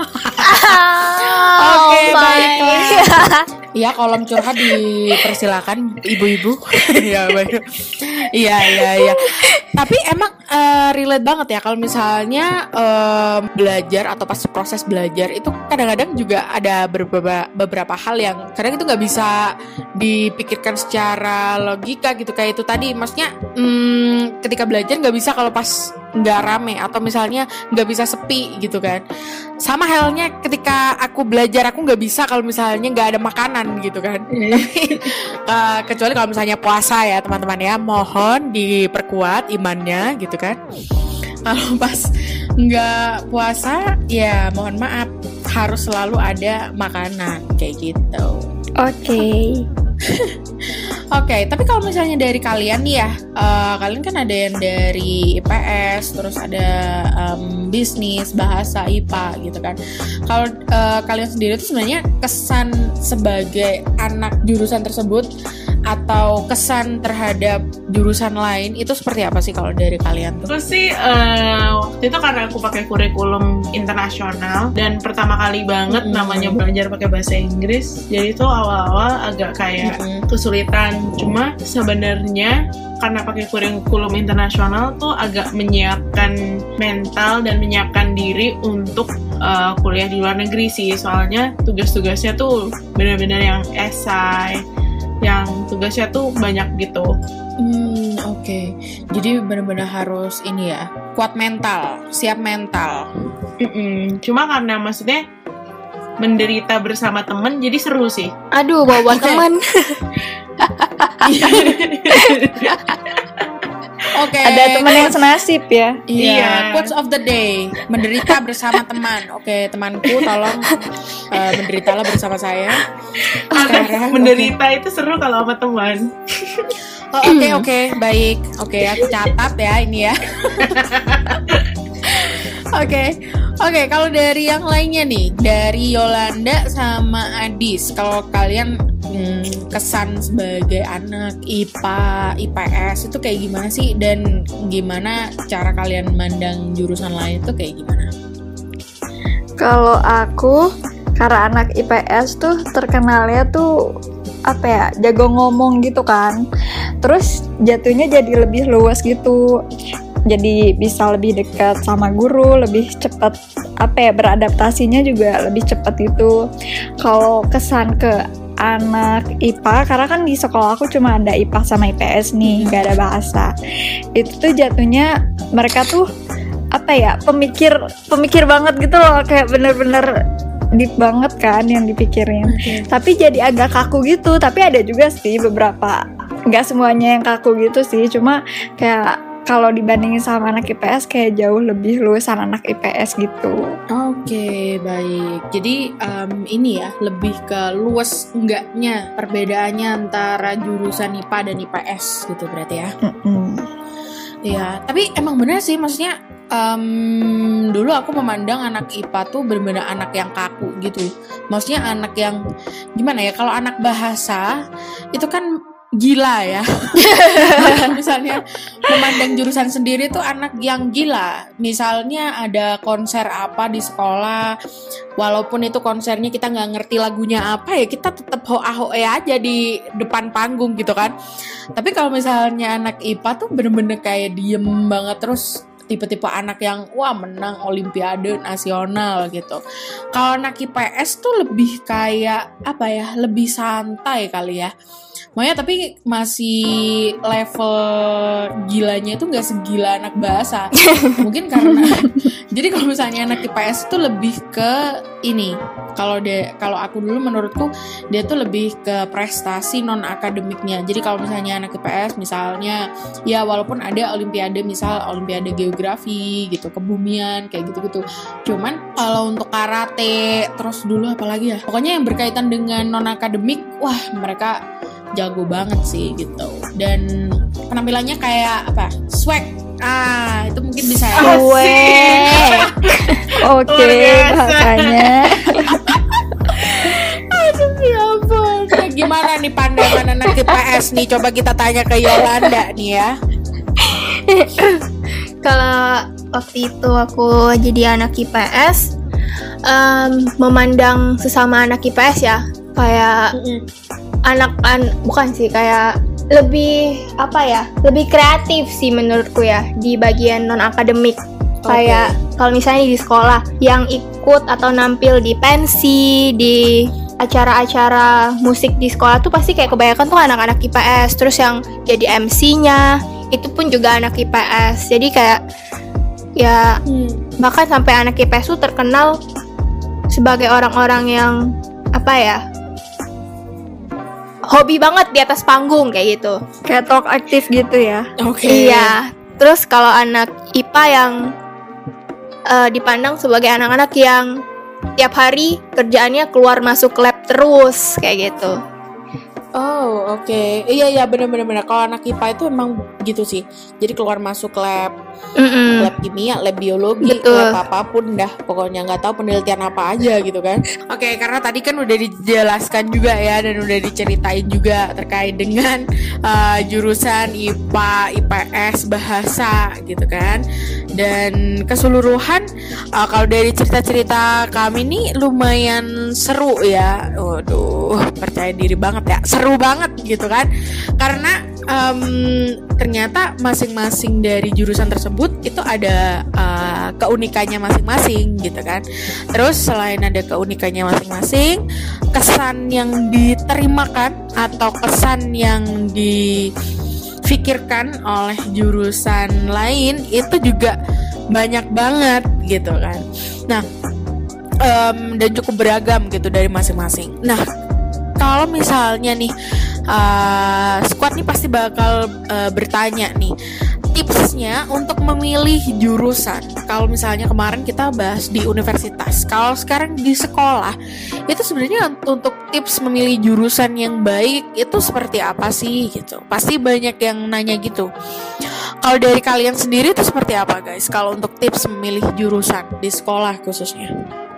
Oke okay, baiklah. Iya kolom curhat dipersilakan ibu-ibu. Iya baik. Iya iya iya. Tapi emang uh, relate banget ya kalau misalnya um, belajar atau pas proses belajar itu kadang-kadang juga ada beberapa beberapa hal yang kadang itu nggak bisa dipikirkan secara logika gitu kayak itu tadi. Maksudnya hmm, ketika belajar nggak bisa kalau pas nggak rame atau misalnya nggak bisa sepi gitu kan. Sama halnya ketika aku belajar aku nggak bisa kalau misalnya nggak ada makanan gitu kan. uh, kecuali kalau misalnya puasa ya teman-teman ya, mohon diperkuat imannya gitu kan. Kalau pas nggak puasa ya mohon maaf harus selalu ada makanan kayak gitu. Oke. Okay. Oke, okay, tapi kalau misalnya dari kalian nih ya, uh, kalian kan ada yang dari I P S, terus ada um, bisnis, bahasa I P A gitu kan. Kalau uh, kalian sendiri tuh sebenarnya kesan sebagai anak jurusan tersebut atau kesan terhadap jurusan lain itu seperti apa sih kalau dari kalian tuh? Terus sih uh, waktu itu karena aku pakai kurikulum internasional dan pertama kali banget mm-hmm. namanya belajar pakai bahasa Inggris, jadi tuh awal-awal agak kayak mm-hmm. kesulitan. Cuma sebenarnya karena pakai kurikulum internasional tuh agak menyiapkan mental dan menyiapkan diri untuk uh, kuliah di luar negeri sih. Soalnya tugas-tugasnya tuh benar-benar yang esai, yang tugasnya tuh banyak gitu. Hmm, oke. Okay. Jadi benar-benar harus ini ya, kuat mental, siap mental. Mm-mm. Cuma karena maksudnya menderita bersama temen, jadi seru sih. Aduh, bawa okay. teman. Oke. Okay. Ada teman yang senasib ya. Iya. Yeah. Quotes of the day: menderita bersama teman. Oke, okay, temanku, tolong uh, menderitalah bersama saya. Sekarang, menderita okay. itu seru kalau sama teman. Oh, oke okay, oke, okay. Baik. Oke, okay, aku catat ya ini ya. Oke, okay. oke. Okay, kalau dari yang lainnya nih, dari Yolanda sama Adis, kalau kalian hmm, kesan sebagai anak I P A, I P S itu kayak gimana sih? Dan gimana cara kalian memandang jurusan lain itu kayak gimana? Kalau aku, karena anak I P S tuh terkenalnya tuh apa ya, jago ngomong gitu kan. Terus jatuhnya jadi lebih luas gitu. Jadi bisa lebih dekat sama guru, lebih cepat apa ya, beradaptasinya juga lebih cepat itu. Kalau kesan ke anak I P A, karena kan di sekolah aku cuma ada I P A sama I P S nih, gak ada bahasa. Itu tuh jatuhnya mereka tuh apa ya, pemikir pemikir banget gitu loh, kayak bener-bener deep banget kan yang dipikirin. Okay. Tapi jadi agak kaku gitu. Tapi ada juga sih beberapa, nggak semuanya yang kaku gitu sih. Cuma kayak kalau dibandingin sama anak I P S kayak jauh lebih lulusan anak I P S gitu. Oke, baik. Jadi um, ini ya lebih ke luas enggaknya perbedaannya antara jurusan I P A dan I P S gitu berarti ya. Mm-mm. Iya, tapi emang benar sih, maksudnya um, dulu aku memandang anak I P A tuh benar-benar anak yang kaku gitu. Maksudnya anak yang gimana ya? Kalau anak bahasa itu kan gila ya. Misalnya memandang jurusan sendiri tuh anak yang gila. Misalnya ada konser apa di sekolah, walaupun itu konsernya kita nggak ngerti lagunya apa ya, kita tetap hoa-hoe aja di depan panggung gitu kan. Tapi kalau misalnya anak I P A tuh bener-bener kayak diem banget, terus tipe-tipe anak yang wah menang olimpiade nasional gitu. Kalau anak I P S tuh lebih kayak apa ya, lebih santai kali ya. Makanya tapi masih level gilanya itu nggak segila anak bahasa. Mungkin karena jadi kalau misalnya anak I P S itu lebih ke ini. Kalau dia kalau aku dulu menurutku dia tuh lebih ke prestasi non akademiknya. Jadi kalau misalnya anak I P S misalnya ya walaupun ada olimpiade, misal olimpiade geografi gitu, kebumian kayak gitu-gitu. Cuman kalau untuk karate terus dulu apalagi ya? Pokoknya yang berkaitan dengan non akademik, wah mereka jago banget sih gitu. Dan penampilannya kayak apa? Swag. Ah, itu mungkin bisa ya. Swag. Oke, bahasanya. Aduh ya ampun. Nah, gimana nih pandangan anak I P S nih? Coba kita tanya ke Yolanda nih ya. Kalau waktu itu aku jadi anak I P S, um, memandang sesama anak I P S ya, kayak anak an bukan sih kayak lebih apa ya, lebih kreatif sih menurutku ya di bagian non akademik. Okay. Kayak kalau misalnya di sekolah yang ikut atau nampil di pensi, di acara-acara musik di sekolah tuh pasti kayak kebanyakan tuh anak-anak I P S. Terus yang jadi M C-nya itu pun juga anak I P S. Jadi kayak ya hmm. bahkan sampai anak I P S tuh terkenal sebagai orang-orang yang apa ya, hobi banget di atas panggung kayak gitu. Kayak talk aktif gitu ya. Oke. Okay. Iya. Terus kalau anak I P A yang uh, dipandang sebagai anak-anak yang tiap hari kerjaannya keluar masuk lab terus kayak gitu. Oh oke, okay. Iya iya benar-benar. Kalau anak I P A itu emang gitu sih. Jadi keluar masuk lab, Mm-mm. lab kimia, lab biologi, Betul. lab apapun dah. Pokoknya nggak tahu penelitian apa aja gitu kan. Oke, okay, karena tadi kan udah dijelaskan juga ya dan udah diceritain juga terkait dengan uh, jurusan I P A, I P S, bahasa gitu kan. Dan keseluruhan uh, kalau dari cerita-cerita kami nih lumayan seru ya. Waduh, percaya diri banget ya. Seru banget gitu kan. Karena um, ternyata masing-masing dari jurusan tersebut itu ada uh, keunikannya masing-masing gitu kan. Terus selain ada keunikannya masing-masing, kesan yang diterimakan atau kesan yang difikirkan oleh jurusan lain itu juga banyak banget gitu kan. Nah, um, dan cukup beragam gitu dari masing-masing. Nah, kalau misalnya nih uh, squad nih pasti bakal uh, bertanya nih tipsnya untuk memilih jurusan. Kalau misalnya kemarin kita bahas di universitas, kalau sekarang di sekolah itu sebenarnya untuk tips memilih jurusan yang baik itu seperti apa sih gitu. Pasti banyak yang nanya gitu. Kalau dari kalian sendiri itu seperti apa guys? Kalau untuk tips memilih jurusan di sekolah khususnya?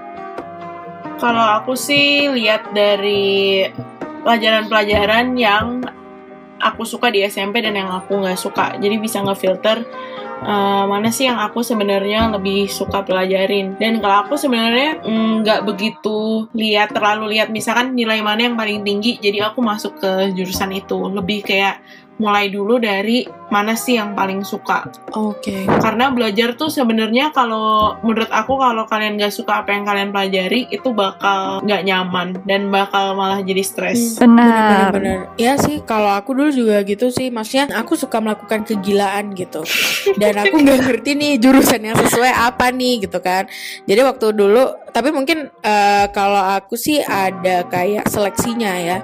Kalau aku sih lihat dari pelajaran-pelajaran yang aku suka di S M P dan yang aku nggak suka. Jadi bisa ngefilter uh, mana sih yang aku sebenarnya lebih suka pelajarin. Dan kalau aku sebenarnya nggak mm, begitu lihat terlalu lihat misalkan nilai mana yang paling tinggi. Jadi aku masuk ke jurusan itu. Lebih kayak mulai dulu dari mana sih yang paling suka. Oke. Okay. Karena belajar tuh sebenarnya kalau menurut aku kalau kalian gak suka apa yang kalian pelajari itu bakal gak nyaman dan bakal malah jadi stres. Hmm, benar. Benar. Ya sih kalau aku dulu juga gitu sih. Maksudnya aku suka melakukan kegilaan gitu. Dan aku gak ngerti nih jurusan yang sesuai apa nih gitu kan. Jadi waktu dulu, tapi mungkin uh, kalau aku sih ada kayak seleksinya ya.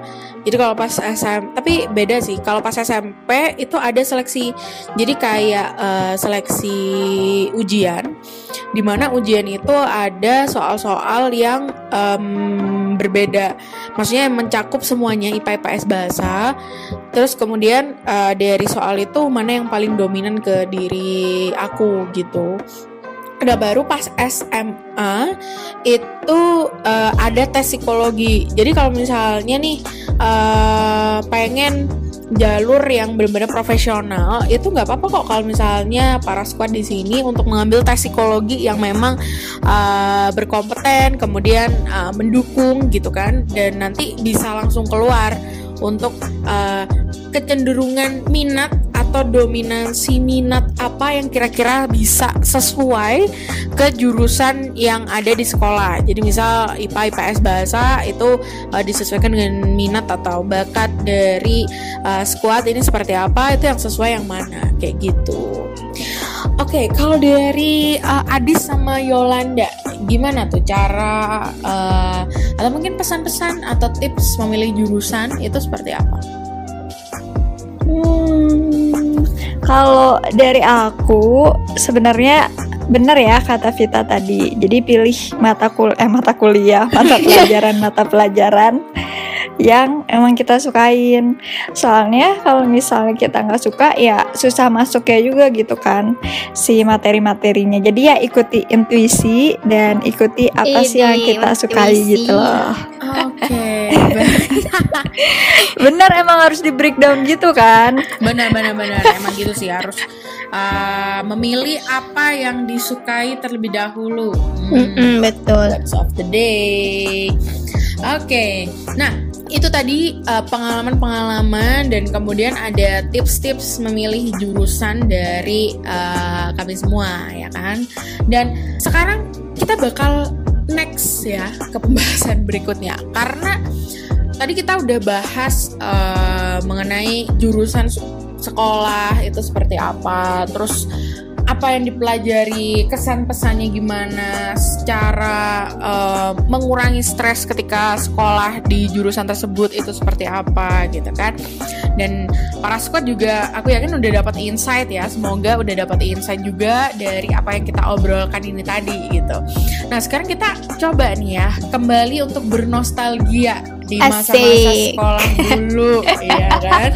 Jadi kalau pas S M P, tapi beda sih. Kalau pas S M P itu ada seleksi. Jadi kayak uh, seleksi ujian, dimana ujian itu ada soal-soal yang um, berbeda. Maksudnya mencakup semuanya I P A, I P S, bahasa. Terus kemudian uh, dari soal itu mana yang paling dominan ke diri aku gitu. Udah baru pas S M A itu uh, ada tes psikologi. Jadi kalau misalnya nih uh, pengen jalur yang benar-benar profesional, itu nggak apa-apa kok kalau misalnya para squad di sini untuk mengambil tes psikologi yang memang uh, berkompeten, kemudian uh, mendukung gitu kan, dan nanti bisa langsung keluar untuk uh, kecenderungan minat atau dominasi minat apa yang kira-kira bisa sesuai ke jurusan yang ada di sekolah. Jadi misal I P A, I P S, bahasa itu uh, disesuaikan dengan minat atau bakat dari uh, squad ini seperti apa, itu yang sesuai yang mana, kayak gitu. Oke, okay, kalau dari uh, Adis sama Yolanda, gimana tuh cara uh, atau mungkin pesan-pesan atau tips memilih jurusan itu seperti apa? Hmm, kalau dari aku sebenarnya benar ya kata Vita tadi. Jadi pilih mata kul eh mata kuliah, mata pelajaran, mata pelajaran yang emang kita sukain. Soalnya kalau misalnya kita nggak suka, ya susah masuknya juga gitu kan si materi-materinya. Jadi ya ikuti intuisi dan ikuti apa Idi, sih yang kita sukai gitu loh. Oke, okay. Bener, emang harus di breakdown gitu kan. benar benar benar emang gitu sih, harus uh, memilih apa yang disukai terlebih dahulu. Mm-mm, betul. Words of the day. Oke, okay. Nah itu tadi uh, pengalaman-pengalaman dan kemudian ada tips-tips memilih jurusan dari uh, kami semua ya kan. Dan sekarang kita bakal next ya ke pembahasan berikutnya, karena tadi kita udah bahas uh, mengenai jurusan sekolah itu seperti apa, terus apa yang dipelajari, kesan pesannya gimana, secara uh, mengurangi stres ketika sekolah di jurusan tersebut itu seperti apa gitu kan. Dan para squad juga aku yakin udah dapat insight ya, semoga udah dapat insight juga dari apa yang kita obrolkan ini tadi gitu. Nah sekarang kita coba nih ya kembali untuk bernostalgia di masa-masa sekolah dulu, iya kan?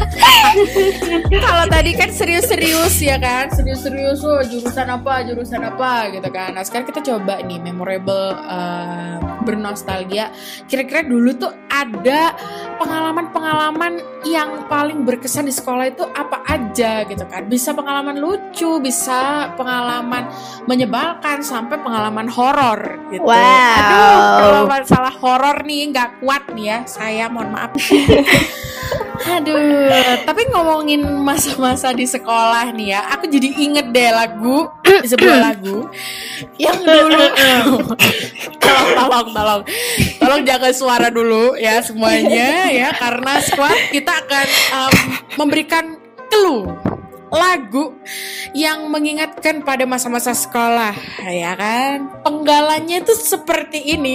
Kalau tadi kan serius-serius ya kan, serius-serius oh, jurusan apa, jurusan apa gitu kan. Nah sekarang kita coba nih memorable uh, bernostalgia. Kira-kira dulu tuh ada pengalaman-pengalaman yang paling berkesan di sekolah itu apa aja gitu kan. Bisa pengalaman lucu, bisa pengalaman menyebalkan, sampai pengalaman horor gitu. Wow. Aduh, kalau masalah horor nih nggak kuat nih ya, saya mohon maaf. Aduh, tapi ngomongin masa-masa di sekolah nih ya, aku jadi inget deh lagu, sebuah lagu yang dulu. tolong, tolong, tolong, tolong jaga suara dulu ya semuanya ya, karena squad kita akan um, memberikan clue lagu yang mengingatkan pada masa-masa sekolah ya kan. Penggalannya itu seperti ini.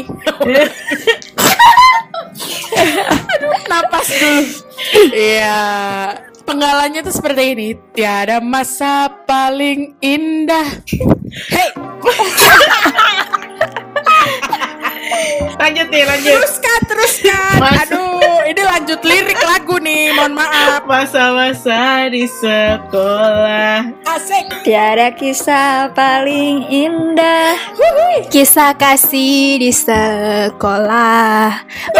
Aduh, napas dulu. Iya, penggalannya tuh seperti ini. Tiada masa paling indah. Hey. Lanjut nih, lanjut. Teruskan, teruskan. Mas- Aduh, ini lanjut lirik lagu nih. Mohon maaf. Masa-masa di sekolah. Asik. Tiada kisah paling indah. Kisah kasih di sekolah.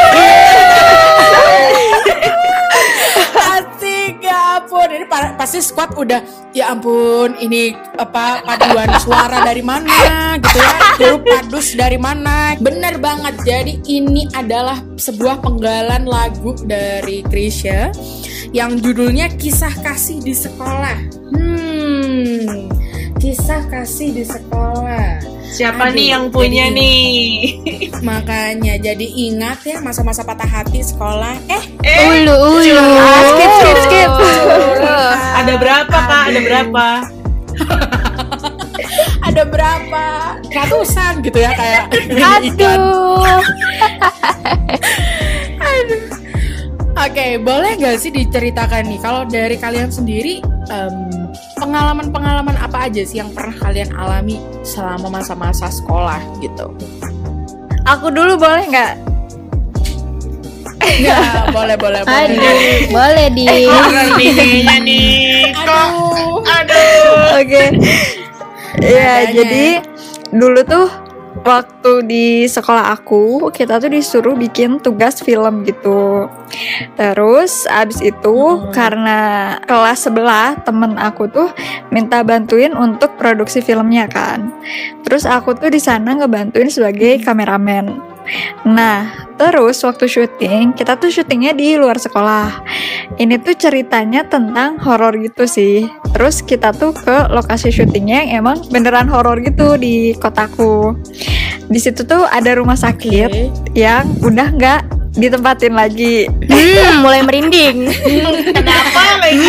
Asik, ya ampun. Ini pa- pasti squad udah, ya ampun, ini apa paduan suara dari mana gitu ya, grup padus dari mana. Bener banget. Jadi ini adalah sebuah penggalan lagu dari Krisya yang judulnya Kisah Kasih di Sekolah. Hmm, Kisah Kasih di Sekolah. Siapa Aduh, nih yang punya jadi- nih? Makanya jadi ingat ya masa-masa patah hati sekolah. Eh, Eh, Ulu ulu. Ah, skip, skip, skip. ada berapa kak? Ada berapa? ada berapa ratusan gitu ya kayak iklan. Aduh. Oke, boleh nggak sih diceritakan nih kalau dari kalian sendiri em, pengalaman-pengalaman apa aja sih yang pernah kalian alami selama masa-masa sekolah gitu? Aku dulu boleh nggak? Ya, boleh, boleh, boleh. Aduh, boleh di. Nih kayaknya nih. Kok? Aduh. Aduh. Oke. Iya, Nadanya. jadi dulu tuh waktu di sekolah aku, kita tuh disuruh bikin tugas film gitu. Terus abis itu Hmm. karena kelas sebelah temen aku tuh minta bantuin untuk produksi filmnya kan. Terus aku tuh di sana ngebantuin sebagai kameramen. Nah, terus waktu syuting, kita tuh syutingnya di luar sekolah. Ini tuh ceritanya tentang horor gitu sih. Terus kita tuh ke lokasi syutingnya yang emang beneran horor gitu di kotaku. Di situ tuh ada rumah sakit Oke. yang udah nggak ditempatin lagi. Hmm, mulai merinding. Kenapa lagi?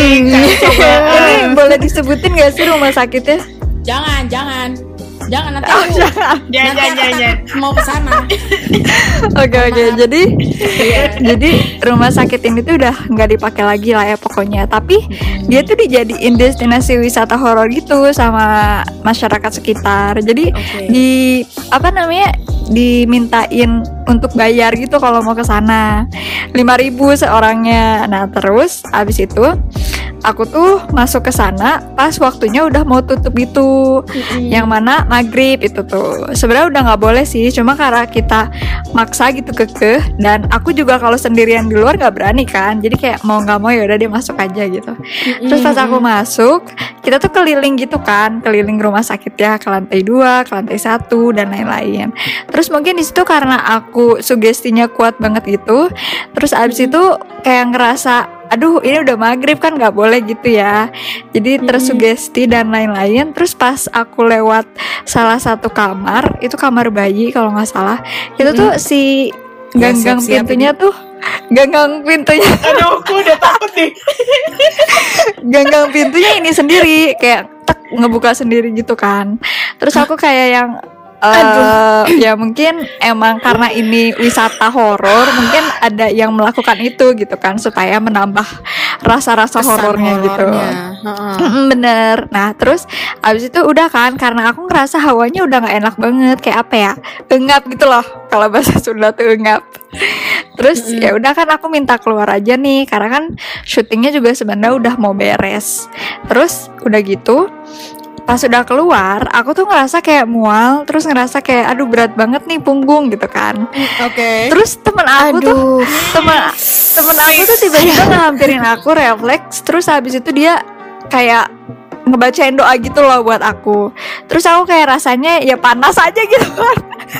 Ini boleh disebutin gak sih rumah sakitnya? Jangan, jangan. Jangan nanti Oh, aku, Jangan, nanti jangan, aku jangan. takut mau ke sana. Oke oke, jadi Iya. jadi rumah sakit ini tuh udah nggak dipakai lagi lah ya pokoknya. Tapi dia tuh dijadiin destinasi wisata horor gitu sama masyarakat sekitar. Jadi Oke. di apa namanya dimintain untuk bayar gitu kalau mau ke sana lima ribu seorangnya. Nah terus abis itu aku tuh masuk ke sana pas waktunya udah mau tutup gitu, yang mana maghrib itu tuh sebenarnya udah nggak boleh sih, cuma karena kita maksa gitu kekeh, dan aku juga kalau sendirian di luar nggak berani kan, jadi kayak mau nggak mau ya udah dia masuk aja gitu. Terus pas aku masuk, kita tuh keliling gitu kan, keliling rumah sakit ya, ke lantai dua, ke lantai satu dan lain-lain. Terus mungkin di situ karena aku sugestinya kuat banget gitu, terus abis itu kayak ngerasa aduh ini udah maghrib kan nggak boleh gitu ya, jadi tersugesti dan lain-lain. Terus pas aku lewat salah satu kamar, itu kamar bayi kalau nggak salah, itu tuh si Ya, ganggang siap-siap pintunya tuh ganggang pintunya Aduh, aku udah takut nih. ganggang pintunya ini sendiri kayak tek ngebuka sendiri gitu kan. Terus aku kayak yang eh ya mungkin emang karena ini wisata horor, mungkin ada yang melakukan itu gitu kan supaya menambah rasa-rasa Kesan horornya gitu. horornya. Heeh. Mm-mm, bener. Nah terus abis itu udah kan, karena aku ngerasa hawanya udah nggak enak banget, kayak apa ya, engap gitu loh kalau bahasa Sunda tuh engap. Terus ya udah kan aku minta keluar aja nih, karena kan syutingnya juga sebenarnya udah mau beres. Terus udah gitu pas udah keluar, aku tuh ngerasa kayak mual, terus ngerasa kayak aduh berat banget nih punggung gitu kan. Oke. Terus temen aku tuh Aduh. temen temen aku tuh tiba-tiba ngehampirin aku refleks. Terus habis itu dia kayak ngebacain doa gitu loh buat aku. Terus aku kayak rasanya ya panas aja gitu kan.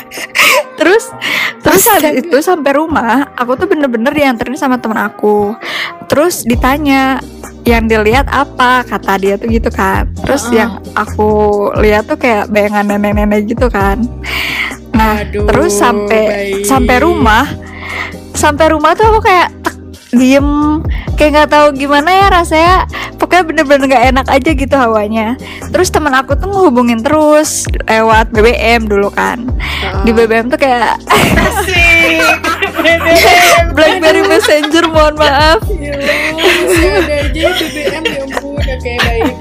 Terus terus habis itu sampai rumah, aku tuh bener-bener dianterin sama temen aku. Terus ditanya yang dilihat apa, kata dia tuh gitu kan. Terus Uh-uh. yang aku lihat tuh kayak bayangan nenek-nenek gitu kan. Nah Aduh, terus sampai baik. sampai rumah sampai rumah tuh aku kayak tek, diem, kayak nggak tahu gimana ya rasanya, pokoknya bener-bener nggak enak aja gitu hawanya. Terus teman aku tuh ngehubungin terus lewat B B M dulu kan. Di B B M tuh kayak Asik. BlackBerry Messenger, mohon maaf. Ya Allah, masih ada aja B B M, ya ampun. Oke, baik.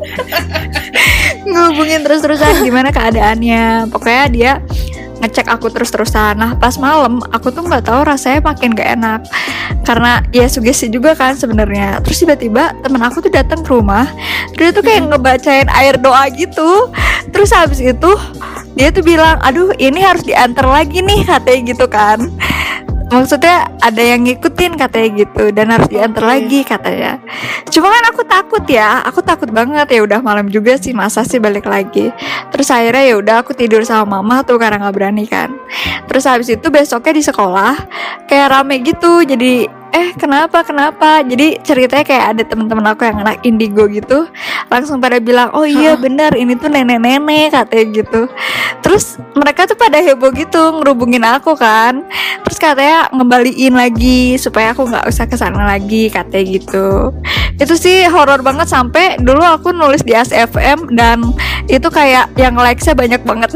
Ngehubungin terus-terusan gimana keadaannya. Pokoknya dia ngecek aku terus-terusan. Nah pas malam aku tuh nggak tahu rasanya makin gak enak, karena ya sugesti juga kan sebenarnya. Terus tiba-tiba temen aku tuh datang ke rumah, dia tuh kayak ngebacain air doa gitu. Terus habis itu dia tuh bilang, aduh ini harus diantar lagi nih katanya gitu kan. Maksudnya ada yang ngikutin katanya gitu, dan harus diantar lagi katanya. Cuma kan aku takut ya, aku takut banget, ya udah malam juga sih, masa sih balik lagi. Terus akhirnya ya udah aku tidur sama mama tuh karena nggak berani kan. Terus habis itu besoknya di sekolah kayak rame gitu, jadi eh kenapa kenapa jadi ceritanya kayak ada teman-teman aku yang anak indigo gitu langsung pada bilang, oh iya benar ini tuh nenek-nenek katanya gitu. Terus mereka tuh pada heboh gitu ngerubungin aku kan, terus katanya ngembaliin lagi supaya aku nggak usah kesana lagi katanya gitu. Itu sih horor banget, sampai dulu aku nulis di A S F M dan itu kayak yang likes-nya banyak banget.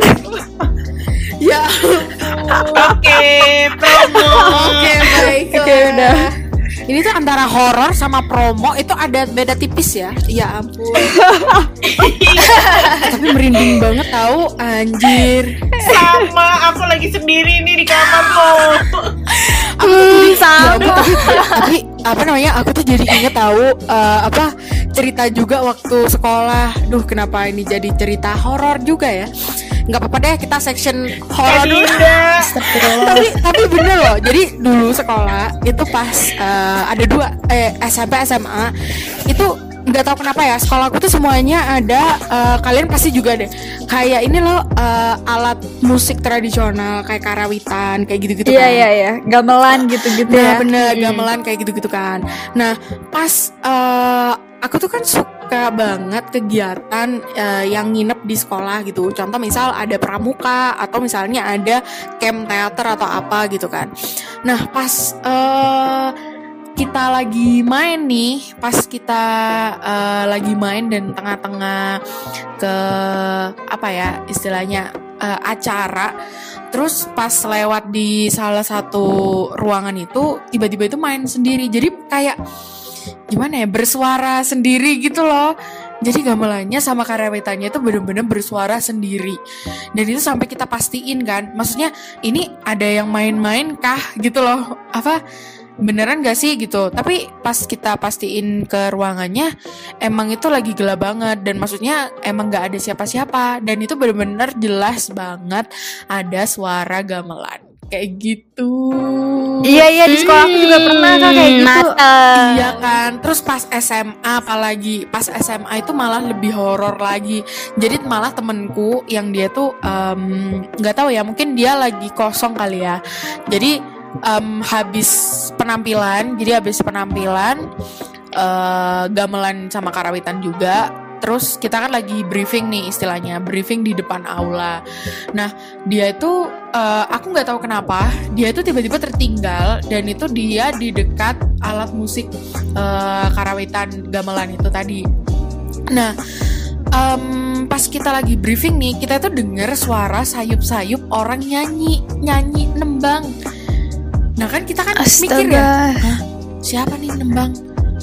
Ya. Oke, promo. Oke, baik. Oke, udah. Ini tuh antara horor sama promo itu ada beda tipis ya. Ya ampun. Tapi merinding banget tahu, anjir. Sama, aku lagi sendiri nih di kamar loh. Aku tuh jadi ya ampun, tapi, tapi apa namanya? Aku tuh jadi inget tahu uh, apa cerita juga waktu sekolah. Duh, kenapa ini jadi cerita horor juga ya? Nggak apa-apa deh, kita section horor dulu. tapi tapi bener loh. Jadi dulu sekolah itu pas uh, ada dua eh, S M P S M A itu nggak tahu kenapa ya, sekolahku tuh semuanya ada uh, kalian pasti juga deh kayak ini loh uh, alat musik tradisional kayak karawitan kayak gitu-gitu Iya kan. iya iya, gamelan gitu-gitu Nah, ya. bener, Hmm. gamelan kayak gitu-gitu kan. Nah, pas uh, aku tuh kan suka banget kegiatan uh, yang nginep di sekolah gitu. Contoh misal ada pramuka atau misalnya ada camp teater atau apa gitu kan. Nah, pas uh, kita lagi main nih, pas kita uh, lagi main dan tengah-tengah ke apa ya istilahnya uh, acara. Terus pas lewat di salah satu ruangan itu tiba-tiba itu main sendiri. Jadi kayak gimana ya, bersuara sendiri gitu loh. Jadi gamelannya sama karawitannya itu bener-bener bersuara sendiri. Dan itu sampai kita pastiin kan, maksudnya ini ada yang main-main kah gitu loh. Apa beneran gak sih gitu. Tapi pas kita pastiin ke ruangannya, emang itu lagi gelap banget. Dan maksudnya emang gak ada siapa-siapa. Dan itu bener-bener jelas banget ada suara gamelan kayak gitu. Iya iya, di sekolah aku juga pernah Kak kayak gitu. Mantap. Iya kan. Terus pas S M A apalagi, pas S M A itu malah lebih horor lagi. Jadi malah temenku yang dia tuh nggak um, tahu ya, mungkin dia lagi kosong kali ya. Jadi Um, habis penampilan, jadi habis penampilan uh, gamelan sama karawitan juga. Terus kita kan lagi briefing nih istilahnya, briefing di depan aula. Nah dia itu uh, aku nggak tahu kenapa dia itu tiba-tiba tertinggal dan itu dia di dekat alat musik uh, karawitan gamelan itu tadi. Nah um, pas kita lagi briefing nih, kita tuh denger suara sayup-sayup orang nyanyi nyanyi nembang. Nah kan kita kan mikir ya, hah, siapa nih nembang?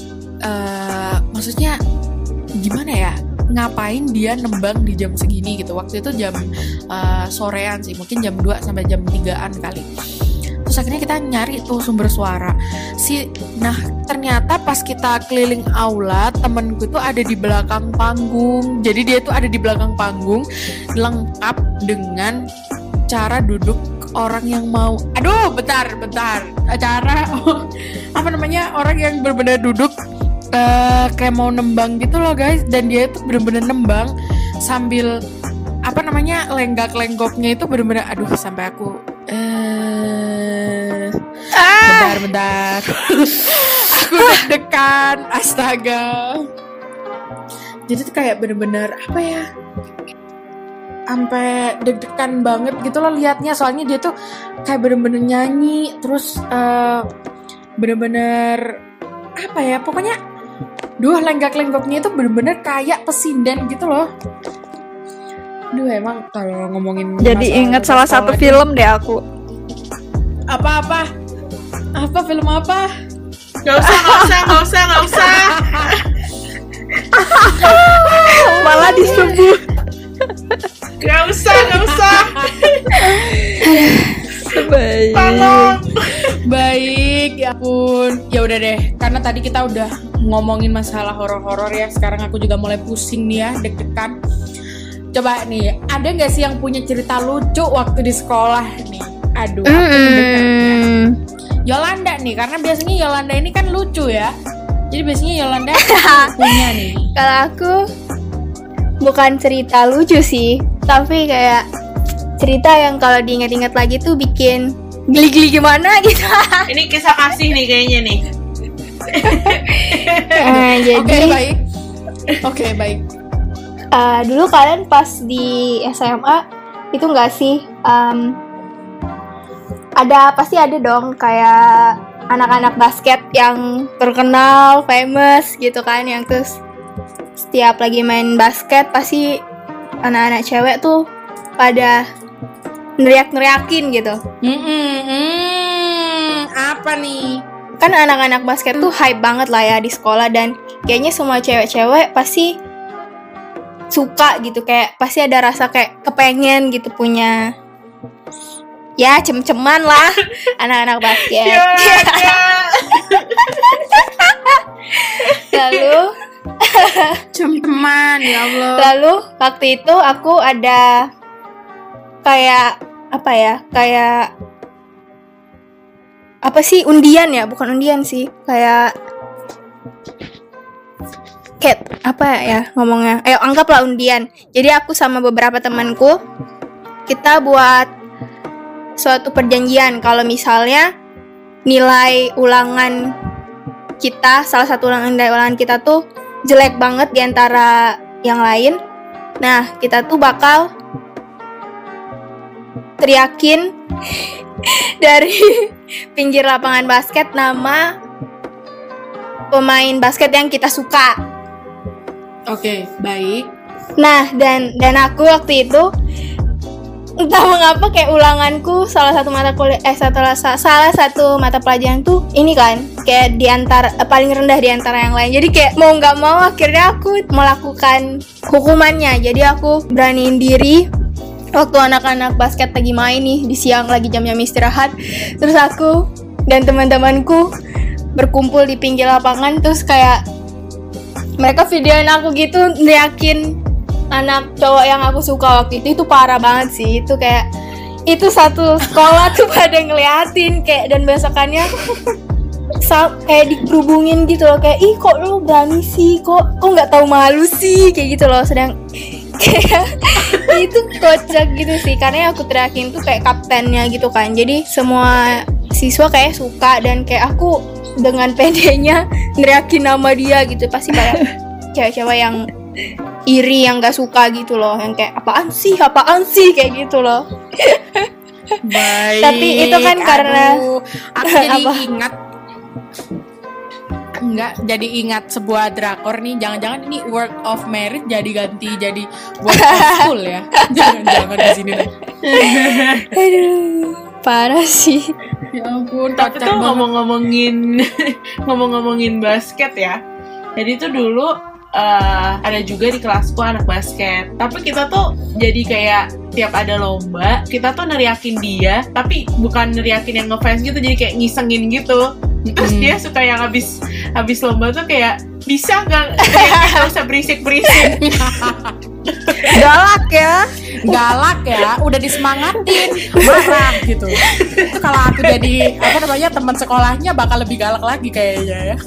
Uh, maksudnya gimana ya? Ngapain dia nembang di jam segini gitu? Waktu itu jam uh, sorean sih, mungkin jam dua sampai jam tigaan kali. Terus akhirnya kita nyari tuh sumber suara. Si, nah ternyata pas kita keliling aula, temenku tuh ada di belakang panggung. Jadi dia tuh ada di belakang panggung, lengkap dengan cara duduk orang yang mau, aduh bentar bentar acara oh, apa namanya, orang yang benar-benar duduk uh, kayak mau nembang gitu loh guys. Dan dia itu benar-benar nembang sambil apa namanya, lenggak-lenggoknya itu benar-benar, aduh sampai aku eh uh, bentar bentar aku deg-degan, astaga. Jadi tuh kayak benar-benar apa ya, sampai deg-degan banget gitu loh liatnya. Soalnya dia tuh kayak bener-bener nyanyi, terus uh, bener-bener apa ya, pokoknya duh lenggak-lenggoknya itu bener-bener kayak pesinden gitu loh. Duh emang kalau ngomongin Jadi ingat salah satu sekolah film deh aku. Apa-apa? Apa film apa? Gak usah, gak usah, gak usah, gak usah. Malah disebut. Gak usah, gak usah. Baik. Tolong. Baik, ya ampun. Ya udah deh, karena tadi kita udah ngomongin masalah horor-horor ya. Sekarang aku juga mulai pusing nih ya, deg-degan. Coba nih, ada nggak sih yang punya cerita lucu waktu di sekolah nih? Aduh, aku mendengarnya. Yolanda nih, karena biasanya Yolanda ini kan lucu ya. Jadi biasanya Yolanda punya nih. Kalau aku bukan cerita lucu sih, tapi kayak cerita yang kalau diingat-ingat lagi tuh bikin geli-geli gimana gitu. Ini kisah kasih nih kayaknya nih. Nah, jadi Oke, baik. Oke, baik. uh, dulu kalian pas di S M A itu nggak sih um, ada, pasti ada dong kayak anak-anak basket yang terkenal, famous gitu kan, yang terus setiap lagi main basket pasti anak-anak cewek tuh pada neriak-neriakin gitu. Hmm, hmm, apa nih? kan anak-anak basket tuh hype banget lah ya di sekolah, dan kayaknya semua cewek-cewek pasti suka gitu, kayak pasti ada rasa kayak kepengen gitu punya ya cem-ceman lah anak-anak basket. Ya, ya. Lalu Cem-ceman, ya Allah. lalu waktu itu aku ada kayak apa ya, kayak apa sih, undian ya, bukan undian sih, kayak kayak apa ya ngomongnya, ayo anggaplah undian. Jadi aku sama beberapa temanku kita buat suatu perjanjian kalau misalnya nilai ulangan kita, salah satu ulangan nilai ulangan kita tuh jelek banget di antara yang lain, nah kita tuh bakal teriakin dari pinggir lapangan basket nama pemain basket yang kita suka. Oke, baik. Nah, dan dan aku waktu itu entah mengapa kayak ulanganku salah satu mata kuliah eh salah, salah satu mata pelajaran tuh ini kan kayak di antara eh, paling rendah di antara yang lain. Jadi kayak mau nggak mau akhirnya aku melakukan hukumannya. Jadi aku beraniin diri waktu anak-anak basket lagi main nih di siang, lagi jam-jam istirahat, terus aku dan teman-temanku berkumpul di pinggir lapangan, terus kayak mereka videoin aku gitu, neriakin anak cowok yang aku suka waktu itu. Itu parah banget sih, itu kayak itu satu sekolah tuh pada ngeliatin kayak, dan besokannya sa- kayak dikerubungin gitu loh, kayak ih kok lu berani sih, kok kok nggak tahu malu sih, kayak gitu loh. Sedang kayak itu kocak gitu sih, karena yang aku teriakin tuh kayak kaptennya gitu kan, jadi semua siswa kayak suka, dan kayak aku dengan pedenya neriakin nama dia gitu, pasti kayak cewek-cewek yang iri, yang gak suka gitu loh, yang kayak apaan sih, apaan sih, kayak gitu loh. Baik. Tapi itu kan karena Aduh, aku jadi Apa? ingat enggak, jadi ingat sebuah drakor nih. Jangan-jangan ini World of Merit jadi ganti jadi World of School ya. Jangan-jangan di sini deh. aduh, parah sih. Ya ampun, Tapi kocak tuh banget. ngomong-ngomongin ngomong-ngomongin basket ya. Jadi tuh dulu eh, ada juga di kelasku anak basket. Tapi kita tuh jadi kayak tiap ada lomba, kita tuh neriakin dia, tapi bukan neriakin yang ngefans gitu, jadi kayak ngisengin gitu. Terus Mm. dia suka yang habis habis lomba tuh kayak bisa nggak nggak usah berisik-berisik. Galak ya. Galak ya, udah disemangatin, marah gitu. Itu kalau aku jadi apa namanya teman sekolahnya bakal lebih galak lagi kayaknya ya.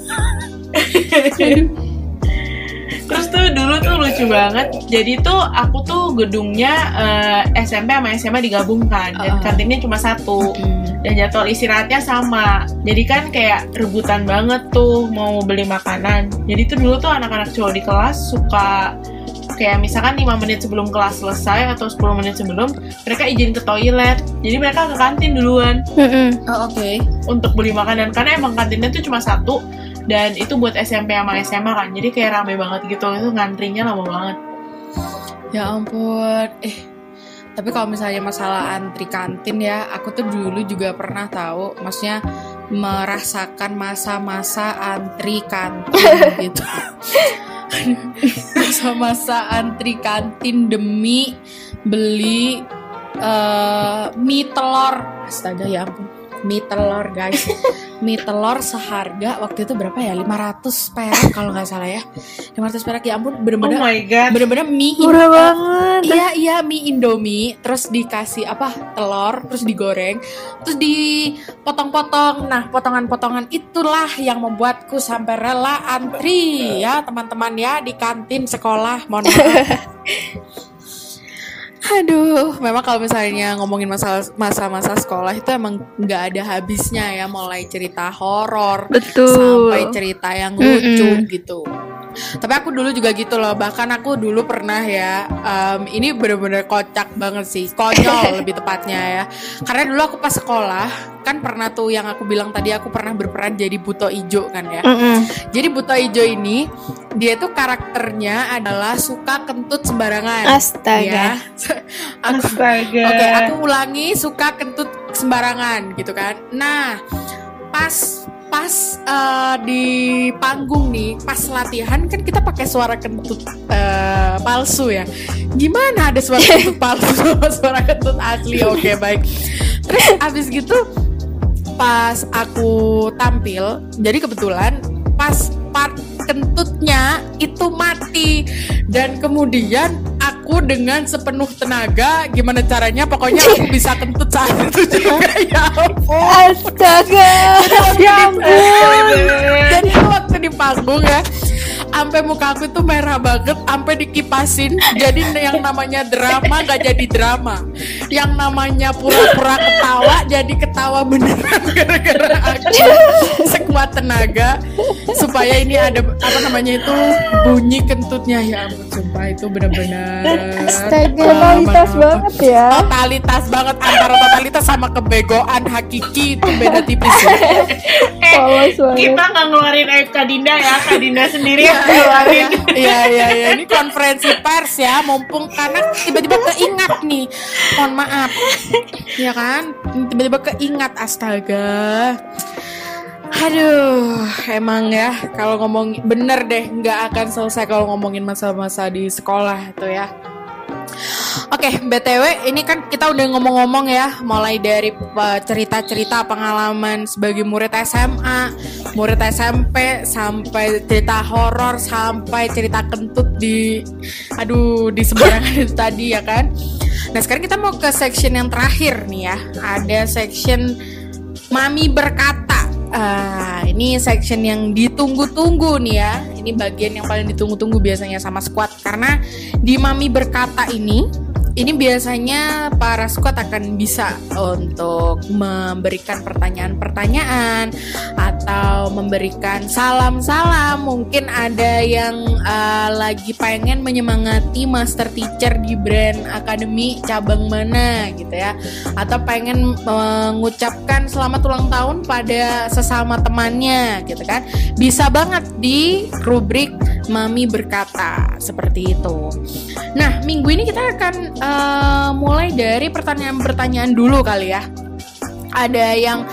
Terus tuh dulu tuh lucu banget. Jadi tuh aku tuh gedungnya eh, S M P sama S M A digabungkan, dan Uh-uh. kantinnya cuma satu. Dan jadwal istirahatnya sama. Jadi kan kayak rebutan banget tuh mau beli makanan. Jadi tuh dulu tuh anak-anak cowok di kelas suka kayak misalkan lima menit sebelum kelas selesai atau sepuluh menit sebelum, mereka izin ke toilet. Jadi mereka ke kantin duluan Mm-mm. Oh, oke. untuk beli makanan, karena emang kantinnya tuh cuma satu, dan itu buat S M P sama S M A kan. Jadi kayak rame banget gitu. Itu ngantrinya lama banget. Ya ampun. Eh, tapi kalau misalnya masalah antri kantin ya, aku tuh dulu juga pernah tahu, maksudnya merasakan masa-masa antri kantin gitu. Masa-masa antri kantin demi beli eh, mie telur. Astaga, ya ampun. Mie telur guys. Mie telur seharga waktu itu berapa ya? lima ratus perak kalau nggak salah ya. lima ratus perak, ya ampun, Oh bener-bener my god. bener-bener mie Murah in- banget. Iya iya mie Indomie, terus dikasih apa telur, terus digoreng, terus dipotong-potong. Nah potongan-potongan itulah yang membuatku sampai rela antri ya teman-teman ya di kantin sekolah. Mohon maaf. Aduh, memang kalau misalnya ngomongin masalah masa-masa sekolah itu emang nggak ada habisnya ya, mulai cerita horor Betul. sampai cerita yang lucu Mm-mm. gitu. Tapi aku dulu juga gitu loh. Bahkan aku dulu pernah ya, em, ini bener-bener kocak banget sih, konyol lebih tepatnya ya. Karena dulu aku pas sekolah kan pernah tuh yang aku bilang tadi, aku pernah berperan jadi Buto Ijo kan ya. Mm-mm. Jadi Buto Ijo ini dia tuh karakternya adalah suka kentut sembarangan. Astaga. Ya. aku, Astaga. Oke, aku ulangi, suka kentut sembarangan gitu kan. Nah, pas pas uh, di panggung nih, pas latihan kan kita pakai suara kentut uh, palsu ya. Gimana ada suara kentut palsu sama suara kentut asli? Oke, okay, baik. Terus abis gitu pas aku tampil, jadi kebetulan pas part kentutnya itu mati, dan kemudian aku dengan sepenuh tenaga, gimana caranya pokoknya aku bisa kentut saat itu juga. Ya ampun, astaga, ya ampun. Jadi waktu di panggung ya, sampai muka aku tuh merah banget, sampai dikipasin. Jadi yang namanya drama gak jadi drama, yang namanya pura-pura ketawa jadi ketawa beneran gara-gara aku sekuat tenaga supaya ini ada apa namanya itu bunyi kentutnya. Ya ampun, sumpah itu bener-bener totalitas banget ya. Totalitas banget, antara totalitas sama kebegoan hakiki itu beda tipis ya. Eh, kita nggak ngeluarin eh, Kak Dinda ya, Kak Dinda sendiri yang ngeluarin. Iya iya iya, ini konferensi pers ya, mumpung karena tiba-tiba keingat nih, mohon maaf, ya kan, tiba-tiba keingat, astaga. Aduh, emang ya kalau ngomong bener deh, nggak akan selesai kalau ngomongin masa-masa di sekolah tuh ya. Oke, B T W ini kan kita udah ngomong-ngomong ya, mulai dari uh, cerita-cerita pengalaman sebagai murid S M A, murid S M P, sampai cerita horor, sampai cerita kentut di aduh di sembarangan itu tadi ya kan. Nah sekarang kita mau ke section yang terakhir nih ya, ada section Mami Berkata. Ah, ini section yang ditunggu-tunggu nih ya. Ini bagian yang paling ditunggu-tunggu biasanya sama squad, karena di Mami Berkata ini ini biasanya para squad akan bisa untuk memberikan pertanyaan-pertanyaan atau memberikan salam-salam. Mungkin ada yang uh, lagi pengen menyemangati master teacher di brand academy cabang mana gitu ya, atau pengen mengucapkan selamat ulang tahun pada sesama temannya gitu kan. Bisa banget di rubrik Mami Berkata seperti itu. Nah, minggu ini kita akan uh, mulai dari pertanyaan-pertanyaan dulu kali ya. Ada yang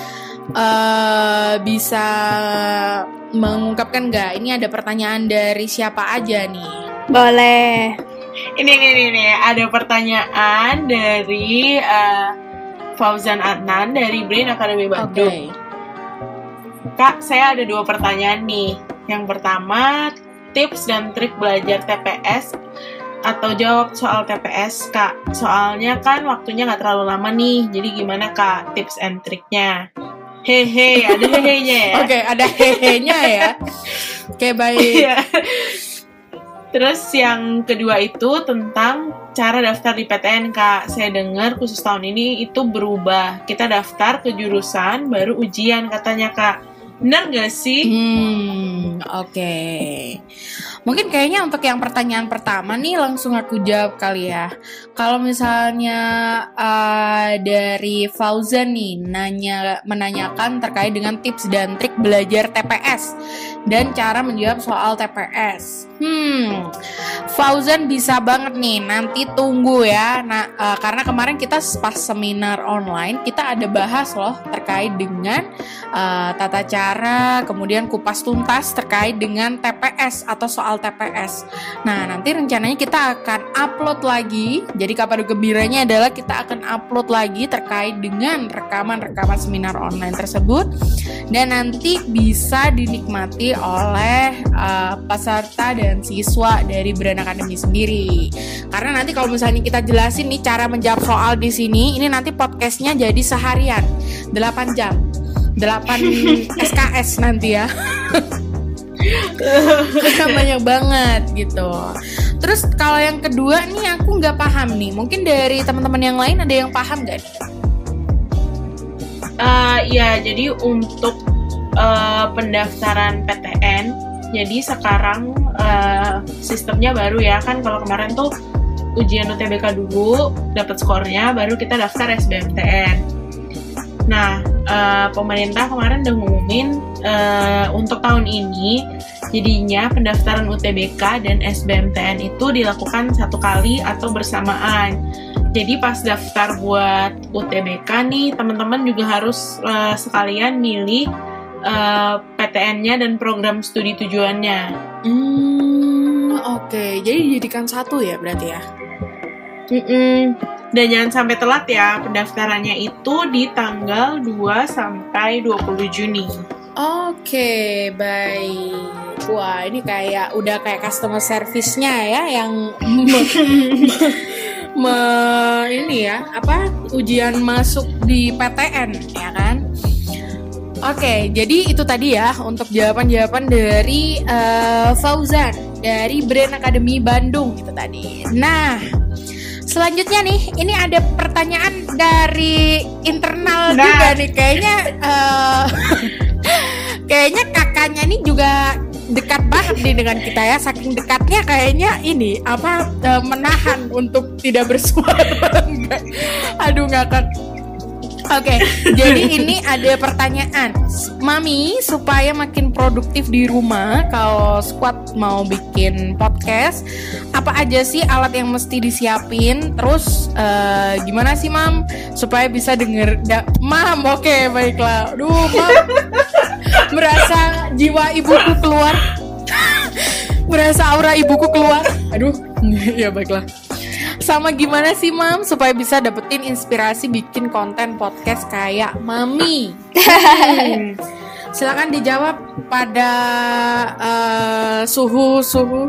uh, bisa mengungkapkan nggak? Ini ada pertanyaan dari siapa aja nih? Boleh. Ini nih nih nih, ada pertanyaan dari uh, Fauzan Adnan dari Brain Academy Bandung. Okay. Kak, saya ada dua pertanyaan nih. Yang pertama, tips dan trik belajar T P S atau jawab soal T P S, Kak. Soalnya kan waktunya nggak terlalu lama nih. Jadi gimana, Kak, tips and triknya? Hehe, ada hehe-nya ya. Oke, okay, ada hehe-nya ya. Oke, okay, baik. Terus yang kedua itu tentang cara daftar di P T N, Kak. Saya dengar khusus tahun ini itu berubah. Kita daftar ke jurusan baru ujian katanya, Kak. Benar gak sih? Hmm, oke. Okay. Mungkin kayaknya untuk yang pertanyaan pertama nih langsung aku jawab kali ya. Kalau misalnya uh, dari Fauzan nih nanya menanyakan terkait dengan tips dan trik belajar T P S dan cara menjawab soal T P S. Hmm, Fauzan bisa banget nih. Nanti tunggu ya. Nah, uh, karena kemarin kita pas seminar online kita ada bahas loh terkait dengan uh, tata cara Cara, kemudian kupas tuntas terkait dengan T P S atau soal T P S. Nah, nanti rencananya kita akan upload lagi. Jadi kabar gembiranya adalah kita akan upload lagi terkait dengan rekaman-rekaman seminar online tersebut, dan nanti bisa dinikmati oleh uh, peserta dan siswa dari Brand Academy sendiri. Karena nanti kalau misalnya kita jelasin nih cara menjawab soal di sini, ini nanti podcastnya jadi seharian delapan jam. delapan S K S nanti ya. Banyak banget gitu. Terus kalau yang kedua nih aku nggak paham nih. Mungkin dari teman-teman yang lain ada yang paham nggak? Uh, ya, jadi untuk uh, pendaftaran P T N, jadi sekarang uh, sistemnya baru ya kan. Kalau kemarin tuh ujian U T B K dulu, dapat skornya, baru kita daftar S B M T N. Nah, uh, pemerintah kemarin udah ngumumin uh, untuk tahun ini jadinya pendaftaran U T B K dan S B M T N itu dilakukan satu kali atau bersamaan. Jadi pas daftar buat U T B K nih, teman-teman juga harus uh, sekalian milih uh, P T N-nya dan program studi tujuannya. Hmm, oke. Okay. Jadi dijadikan satu ya berarti ya? Mm-mm. Dan jangan sampai telat ya, pendaftarannya itu di tanggal dua sampai dua puluh Juni. Oke, baik. Wah, ini kayak udah kayak customer service-nya ya yang me, me, ini ya, apa? Ujian masuk di P T N ya kan? Oke, jadi itu tadi ya untuk jawaban-jawaban dari uh, Fauzan dari Brain Academy Bandung itu tadi. Nah, selanjutnya nih, ini ada pertanyaan dari internal nah. juga nih, kayaknya uh, kayaknya kakaknya nih juga dekat banget nih dengan kita ya, saking dekatnya kayaknya ini apa uh, menahan untuk tidak bersuara. Aduh ngakak. Oke, okay, jadi ini ada pertanyaan, Mami, supaya makin produktif di rumah, kalau squad mau bikin podcast, apa aja sih alat yang mesti disiapin? Terus uh, gimana sih, Mam, supaya bisa denger? Da- Mam, oke, okay, baiklah. Aduh, Mam, merasa jiwa ibuku keluar, merasa aura ibuku keluar. Aduh, ya baiklah. Sama gimana sih, Mam, supaya bisa dapetin inspirasi bikin konten podcast kayak Mami? Hmm. Silakan dijawab pada uh, suhu suhu.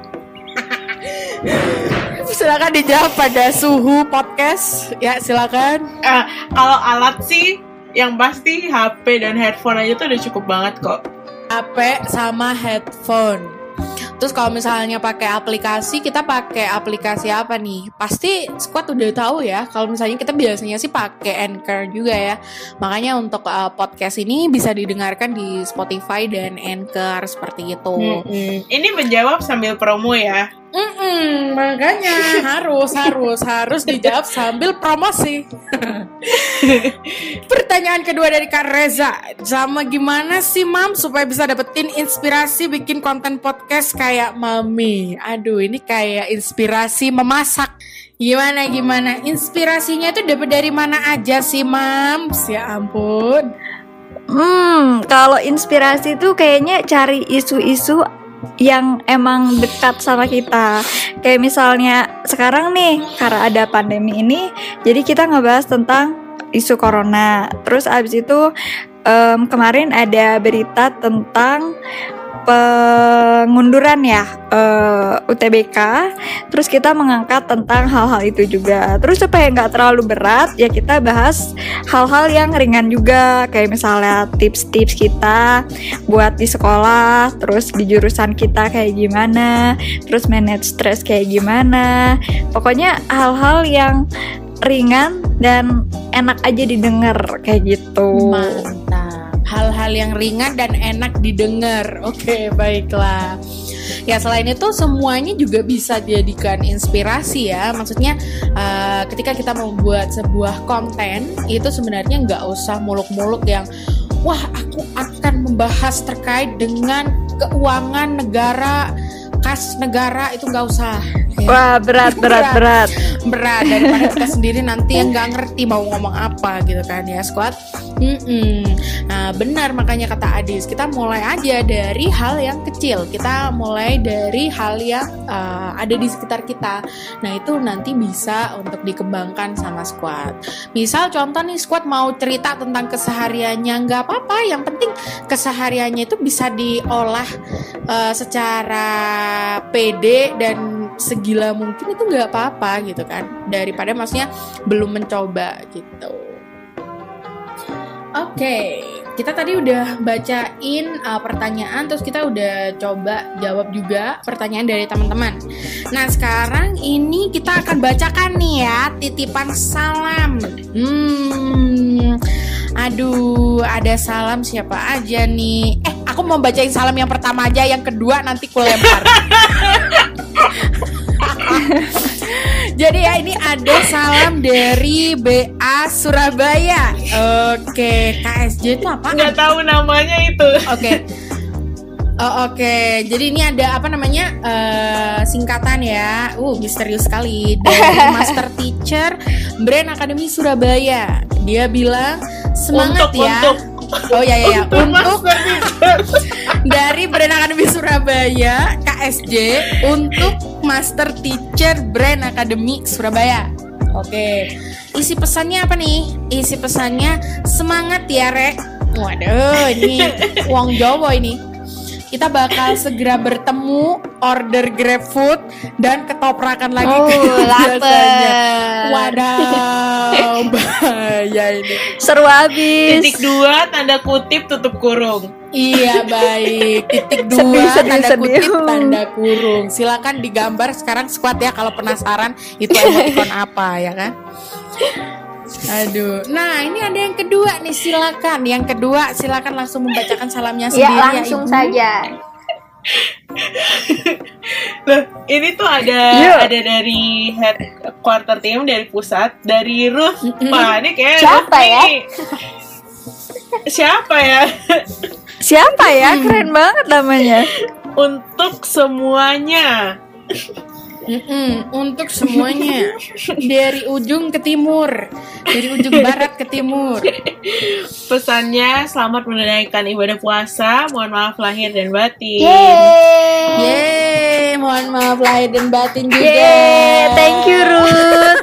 Silakan dijawab pada suhu podcast. Ya, silakan. Uh, kalau alat sih, yang pasti H P dan headphone aja tuh udah cukup banget kok. H P sama headphone. Terus kalau misalnya pakai aplikasi, kita pakai aplikasi apa nih? Pasti squad udah tahu ya. Kalau misalnya kita biasanya sih pakai Anchor juga ya. Makanya untuk uh, podcast ini bisa didengarkan di Spotify dan Anchor seperti itu. Mm-hmm. Ini menjawab sambil promo ya. Mm-mm, makanya harus harus harus dijawab sambil promosi. Pertanyaan kedua dari Kak Reza, sama gimana sih, Mam, supaya bisa dapetin inspirasi bikin konten podcast kayak Mami? Aduh, ini kayak inspirasi memasak. Gimana gimana? Inspirasinya itu dapat dari mana aja sih, Mam? Ya ampun. Hmm, kalau inspirasi tuh kayaknya cari isu-isu yang emang dekat sama kita. Kayak misalnya sekarang nih, karena ada pandemi ini, jadi kita ngebahas tentang isu corona. Terus abis itu um, kemarin ada berita tentang pengunduran ya uh, U T B K. Terus kita mengangkat tentang hal-hal itu juga. Terus supaya nggak terlalu berat, ya kita bahas hal-hal yang ringan juga, kayak misalnya tips-tips kita buat di sekolah, terus di jurusan kita kayak gimana, terus manage stress kayak gimana. Pokoknya hal-hal yang ringan dan enak aja didengar kayak gitu. Mantap. Hal-hal yang ringan dan enak didengar. Oke, baiklah. Ya, selain itu semuanya juga bisa dijadikan inspirasi ya. Maksudnya uh, ketika kita membuat sebuah konten, itu sebenarnya nggak usah muluk-muluk yang wah, aku akan membahas terkait dengan keuangan negara, kas negara, itu nggak usah ya. Wah, berat berat berat berat daripada kita sendiri nanti yang nggak ngerti mau ngomong apa gitu kan ya, squad. Mm-mm. Nah, benar, makanya kata Adis, kita mulai aja dari hal yang kecil, kita mulai dari hal yang uh, ada di sekitar kita. Nah, itu nanti bisa untuk dikembangkan sama squad. Misal contoh nih, squad mau cerita tentang kesehariannya, nggak apa-apa, yang penting kesehariannya itu bisa diolah uh, secara pede dan segila mungkin, itu nggak apa-apa gitu kan, daripada maksudnya belum mencoba gitu. Oke, okay. Kita tadi udah bacain uh, pertanyaan, terus kita udah coba jawab juga pertanyaan dari teman-teman. Nah, sekarang ini kita akan bacakan nih ya titipan salam. Hmm, aduh, ada salam siapa aja nih? Eh, aku mau bacain salam yang pertama aja, yang kedua nanti ku lempar. Jadi ya, ini ada salam dari B A Surabaya. Oke, K S J itu apa? Nggak tahu namanya itu. Oke. Oh, oke, okay. Jadi ini ada apa namanya uh, singkatan ya, uh misterius sekali, dari Master Teacher Brain Academy Surabaya. Dia bilang semangat untuk, ya. Untuk Oh ya ya ya. Untuk Untuk Master Teacher. dari Brand Academy Surabaya K S J untuk Master Teacher Brand Academy Surabaya. Oke. Isi pesannya apa nih? Isi pesannya semangat ya, Rek. Waduh, ini uang Jawa ini. Kita bakal segera bertemu, order GrabFood dan ketoprakan lagi Oh, kayak lapar. biasanya. Wadaw, bahaya ini. Seru abis. Titik dua tanda kutip tutup kurung. Iya baik. Titik dua Sedih, sedih, tanda sedih. kutip tanda kurung. Silakan digambar sekarang squad ya kalau penasaran itu emoticon apa ya kan? Aduh. Nah, ini ada yang kedua nih, silakan. Yang kedua silakan langsung membacakan salamnya Ya sendiri langsung Ibu. saja. Loh, ini tuh ada Yuk. ada dari headquarter team dari pusat, dari Ruth. Mm-mm. Wah, ini kayak Siapa Ruth ya? nih. Siapa ya? Siapa ya? Keren banget namanya. Untuk semuanya. Mm-mm, untuk semuanya dari ujung ke timur, dari ujung barat ke timur. Pesannya selamat menunaikan ibadah puasa. Mohon maaf lahir dan batin. Yeay. Yeay, mohon maaf lahir dan batin juga. Yeay, thank you Ruth.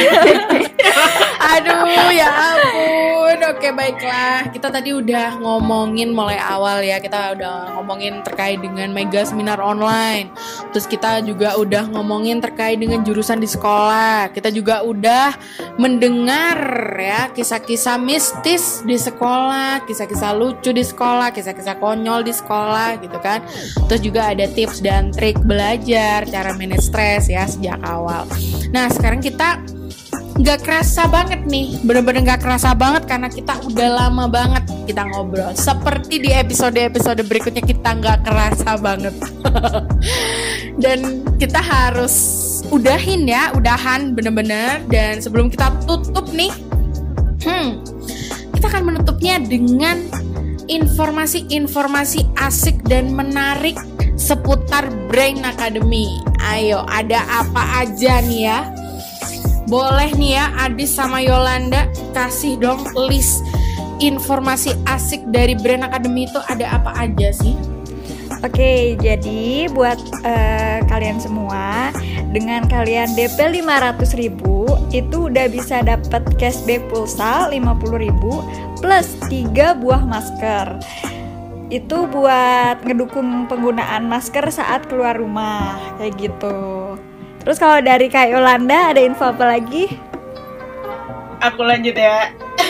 Aduh, ya ampun. Oke, baiklah. Kita tadi udah ngomongin mulai awal ya. Kita udah ngomongin terkait dengan mega seminar online. Terus kita juga udah ngomongin terkait dengan jurusan di sekolah. Kita juga udah mendengar ya kisah-kisah mistis di sekolah, kisah-kisah lucu di sekolah, kisah-kisah konyol di sekolah gitu kan. Terus juga ada tips dan trik belajar, cara manage stres ya sejak awal. Nah, sekarang kita nggak kerasa banget nih, bener-bener nggak kerasa banget karena kita udah lama banget kita ngobrol. Seperti di episode-episode berikutnya kita nggak kerasa banget. Dan kita harus udahin ya, udahan bener-bener. Dan sebelum kita tutup nih, hmm, kita akan menutupnya dengan informasi-informasi asik dan menarik seputar Brain Academy. Ayo, ada apa aja nih ya? Boleh nih ya Adis sama Yolanda kasih dong list informasi asik dari Brain Academy itu ada apa aja sih? Oke, jadi buat eh, kalian semua, dengan kalian D P lima ratus ribu itu udah bisa dapat cashback pulsa lima puluh ribu plus tiga buah masker. Itu buat ngedukung penggunaan masker saat keluar rumah, kayak gitu. Terus kalau dari Kak Yolanda ada info apa lagi? Aku lanjut ya.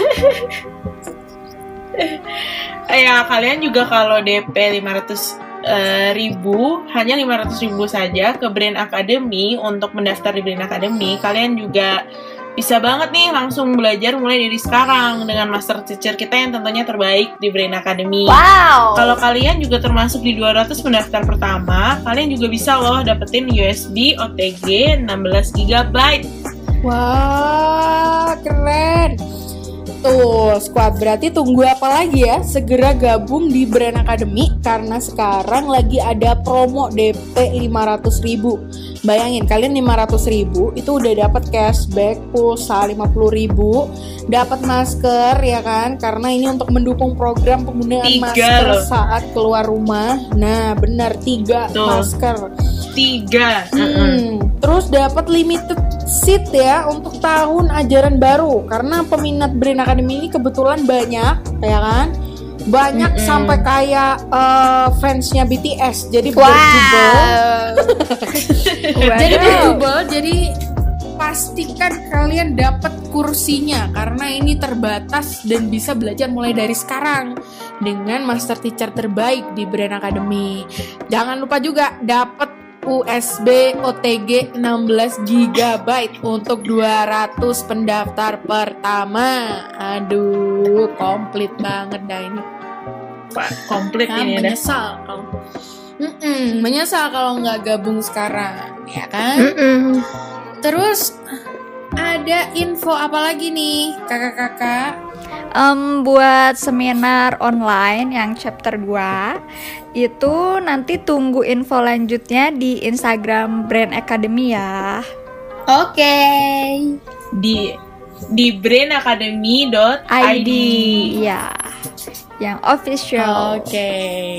Ya, kalian juga kalau D P lima ratus ribu, hanya lima ratus ribu saja ke Brain Academy untuk mendaftar di Brain Academy. Kalian juga bisa banget nih langsung belajar mulai dari sekarang dengan master teacher kita yang tentunya terbaik di Brain Academy. Wow. Kalau kalian juga termasuk di dua ratus pendaftar pertama, kalian juga bisa loh dapetin U S B O T G enam belas giga byte. Wah, keren. Tuh, squad, berarti tunggu apa lagi ya? Segera gabung di Brain Academy karena sekarang lagi ada promo D P lima ratus ribu. Bayangin, kalian lima ratus ribu itu udah dapat cashback pulsa lima puluh ribu, dapat masker ya kan? Karena ini untuk mendukung program penggunaan Tiga masker loh. saat keluar rumah. Nah, benar tiga Tuh. masker. Tiga. Hmm, terus dapat limited seat ya untuk tahun ajaran baru karena peminat Brain Academy ini kebetulan banyak, ya kan? Banyak Mm-mm. sampai kayak eh, fansnya B T S. Jadi berjubel. Wow. Jadi berjubel. Jadi pastikan kalian dapat kursinya karena ini terbatas dan bisa belajar mulai dari sekarang dengan master teacher terbaik di Brain Academy. Jangan lupa juga dapat U S B O T G enam belas giga byte untuk dua ratus pendaftar pertama. Aduh, komplit banget dah ini. Pak, komplit Nah, ini dah. menyesal kalau Mm-mm, menyesal kalau nggak gabung sekarang, ya kan? Mm-mm. Terus ada info apa lagi nih, kakak-kakak? Em, buat seminar online yang chapter dua itu nanti tunggu info lanjutnya di Instagram Brain Academy ya. Oke. Di di brain academy dot I i D d. ya. yang official. Oke.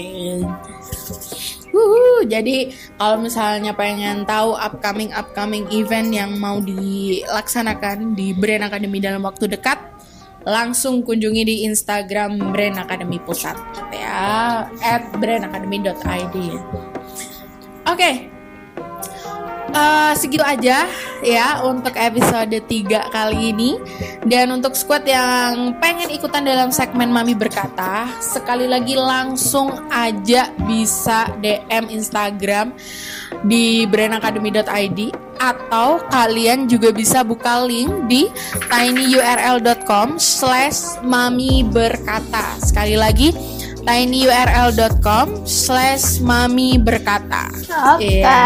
Wuhu, jadi kalau misalnya pengen tahu upcoming upcoming event yang mau dilaksanakan di Brand Academy dalam waktu dekat, langsung kunjungi di Instagram Brand Academy Pusat gitu ya, at brand academy dot i d. Oke. Uh, segitu aja ya untuk episode tiga kali ini. Dan untuk squad yang pengen ikutan dalam segmen Mami Berkata, sekali lagi langsung aja bisa D M Instagram di brand academy dot i d, atau kalian juga bisa buka link di tinyurl dot com slash mami berkata. Sekali lagi tinyurl dot com slash mami berkata. Oke. Ya.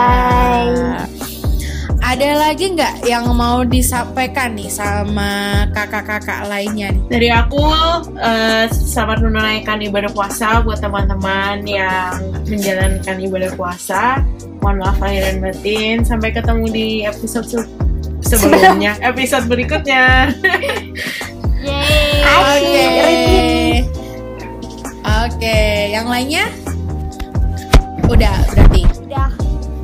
Ada lagi nggak yang mau disampaikan nih sama kakak-kakak lainnya nih? Dari aku, uh, selamat menunaikan ibadah puasa buat teman-teman yang menjalankan ibadah puasa. Mohon maaf lahir dan batin. Sampai ketemu di episode se- sebelumnya, episode berikutnya. Yeay. Oke. Oke, yang lainnya? Udah, berarti. Udah.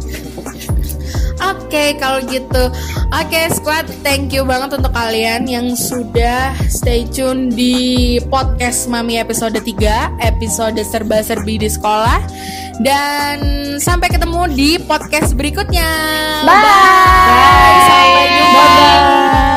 Oke, kalau gitu. Oke, squad, thank you banget untuk kalian yang sudah stay tune di podcast Mami episode tiga, episode serba-serbi di sekolah. Dan sampai ketemu di podcast berikutnya. Bye. Bye. Sampai jumpa. Bye.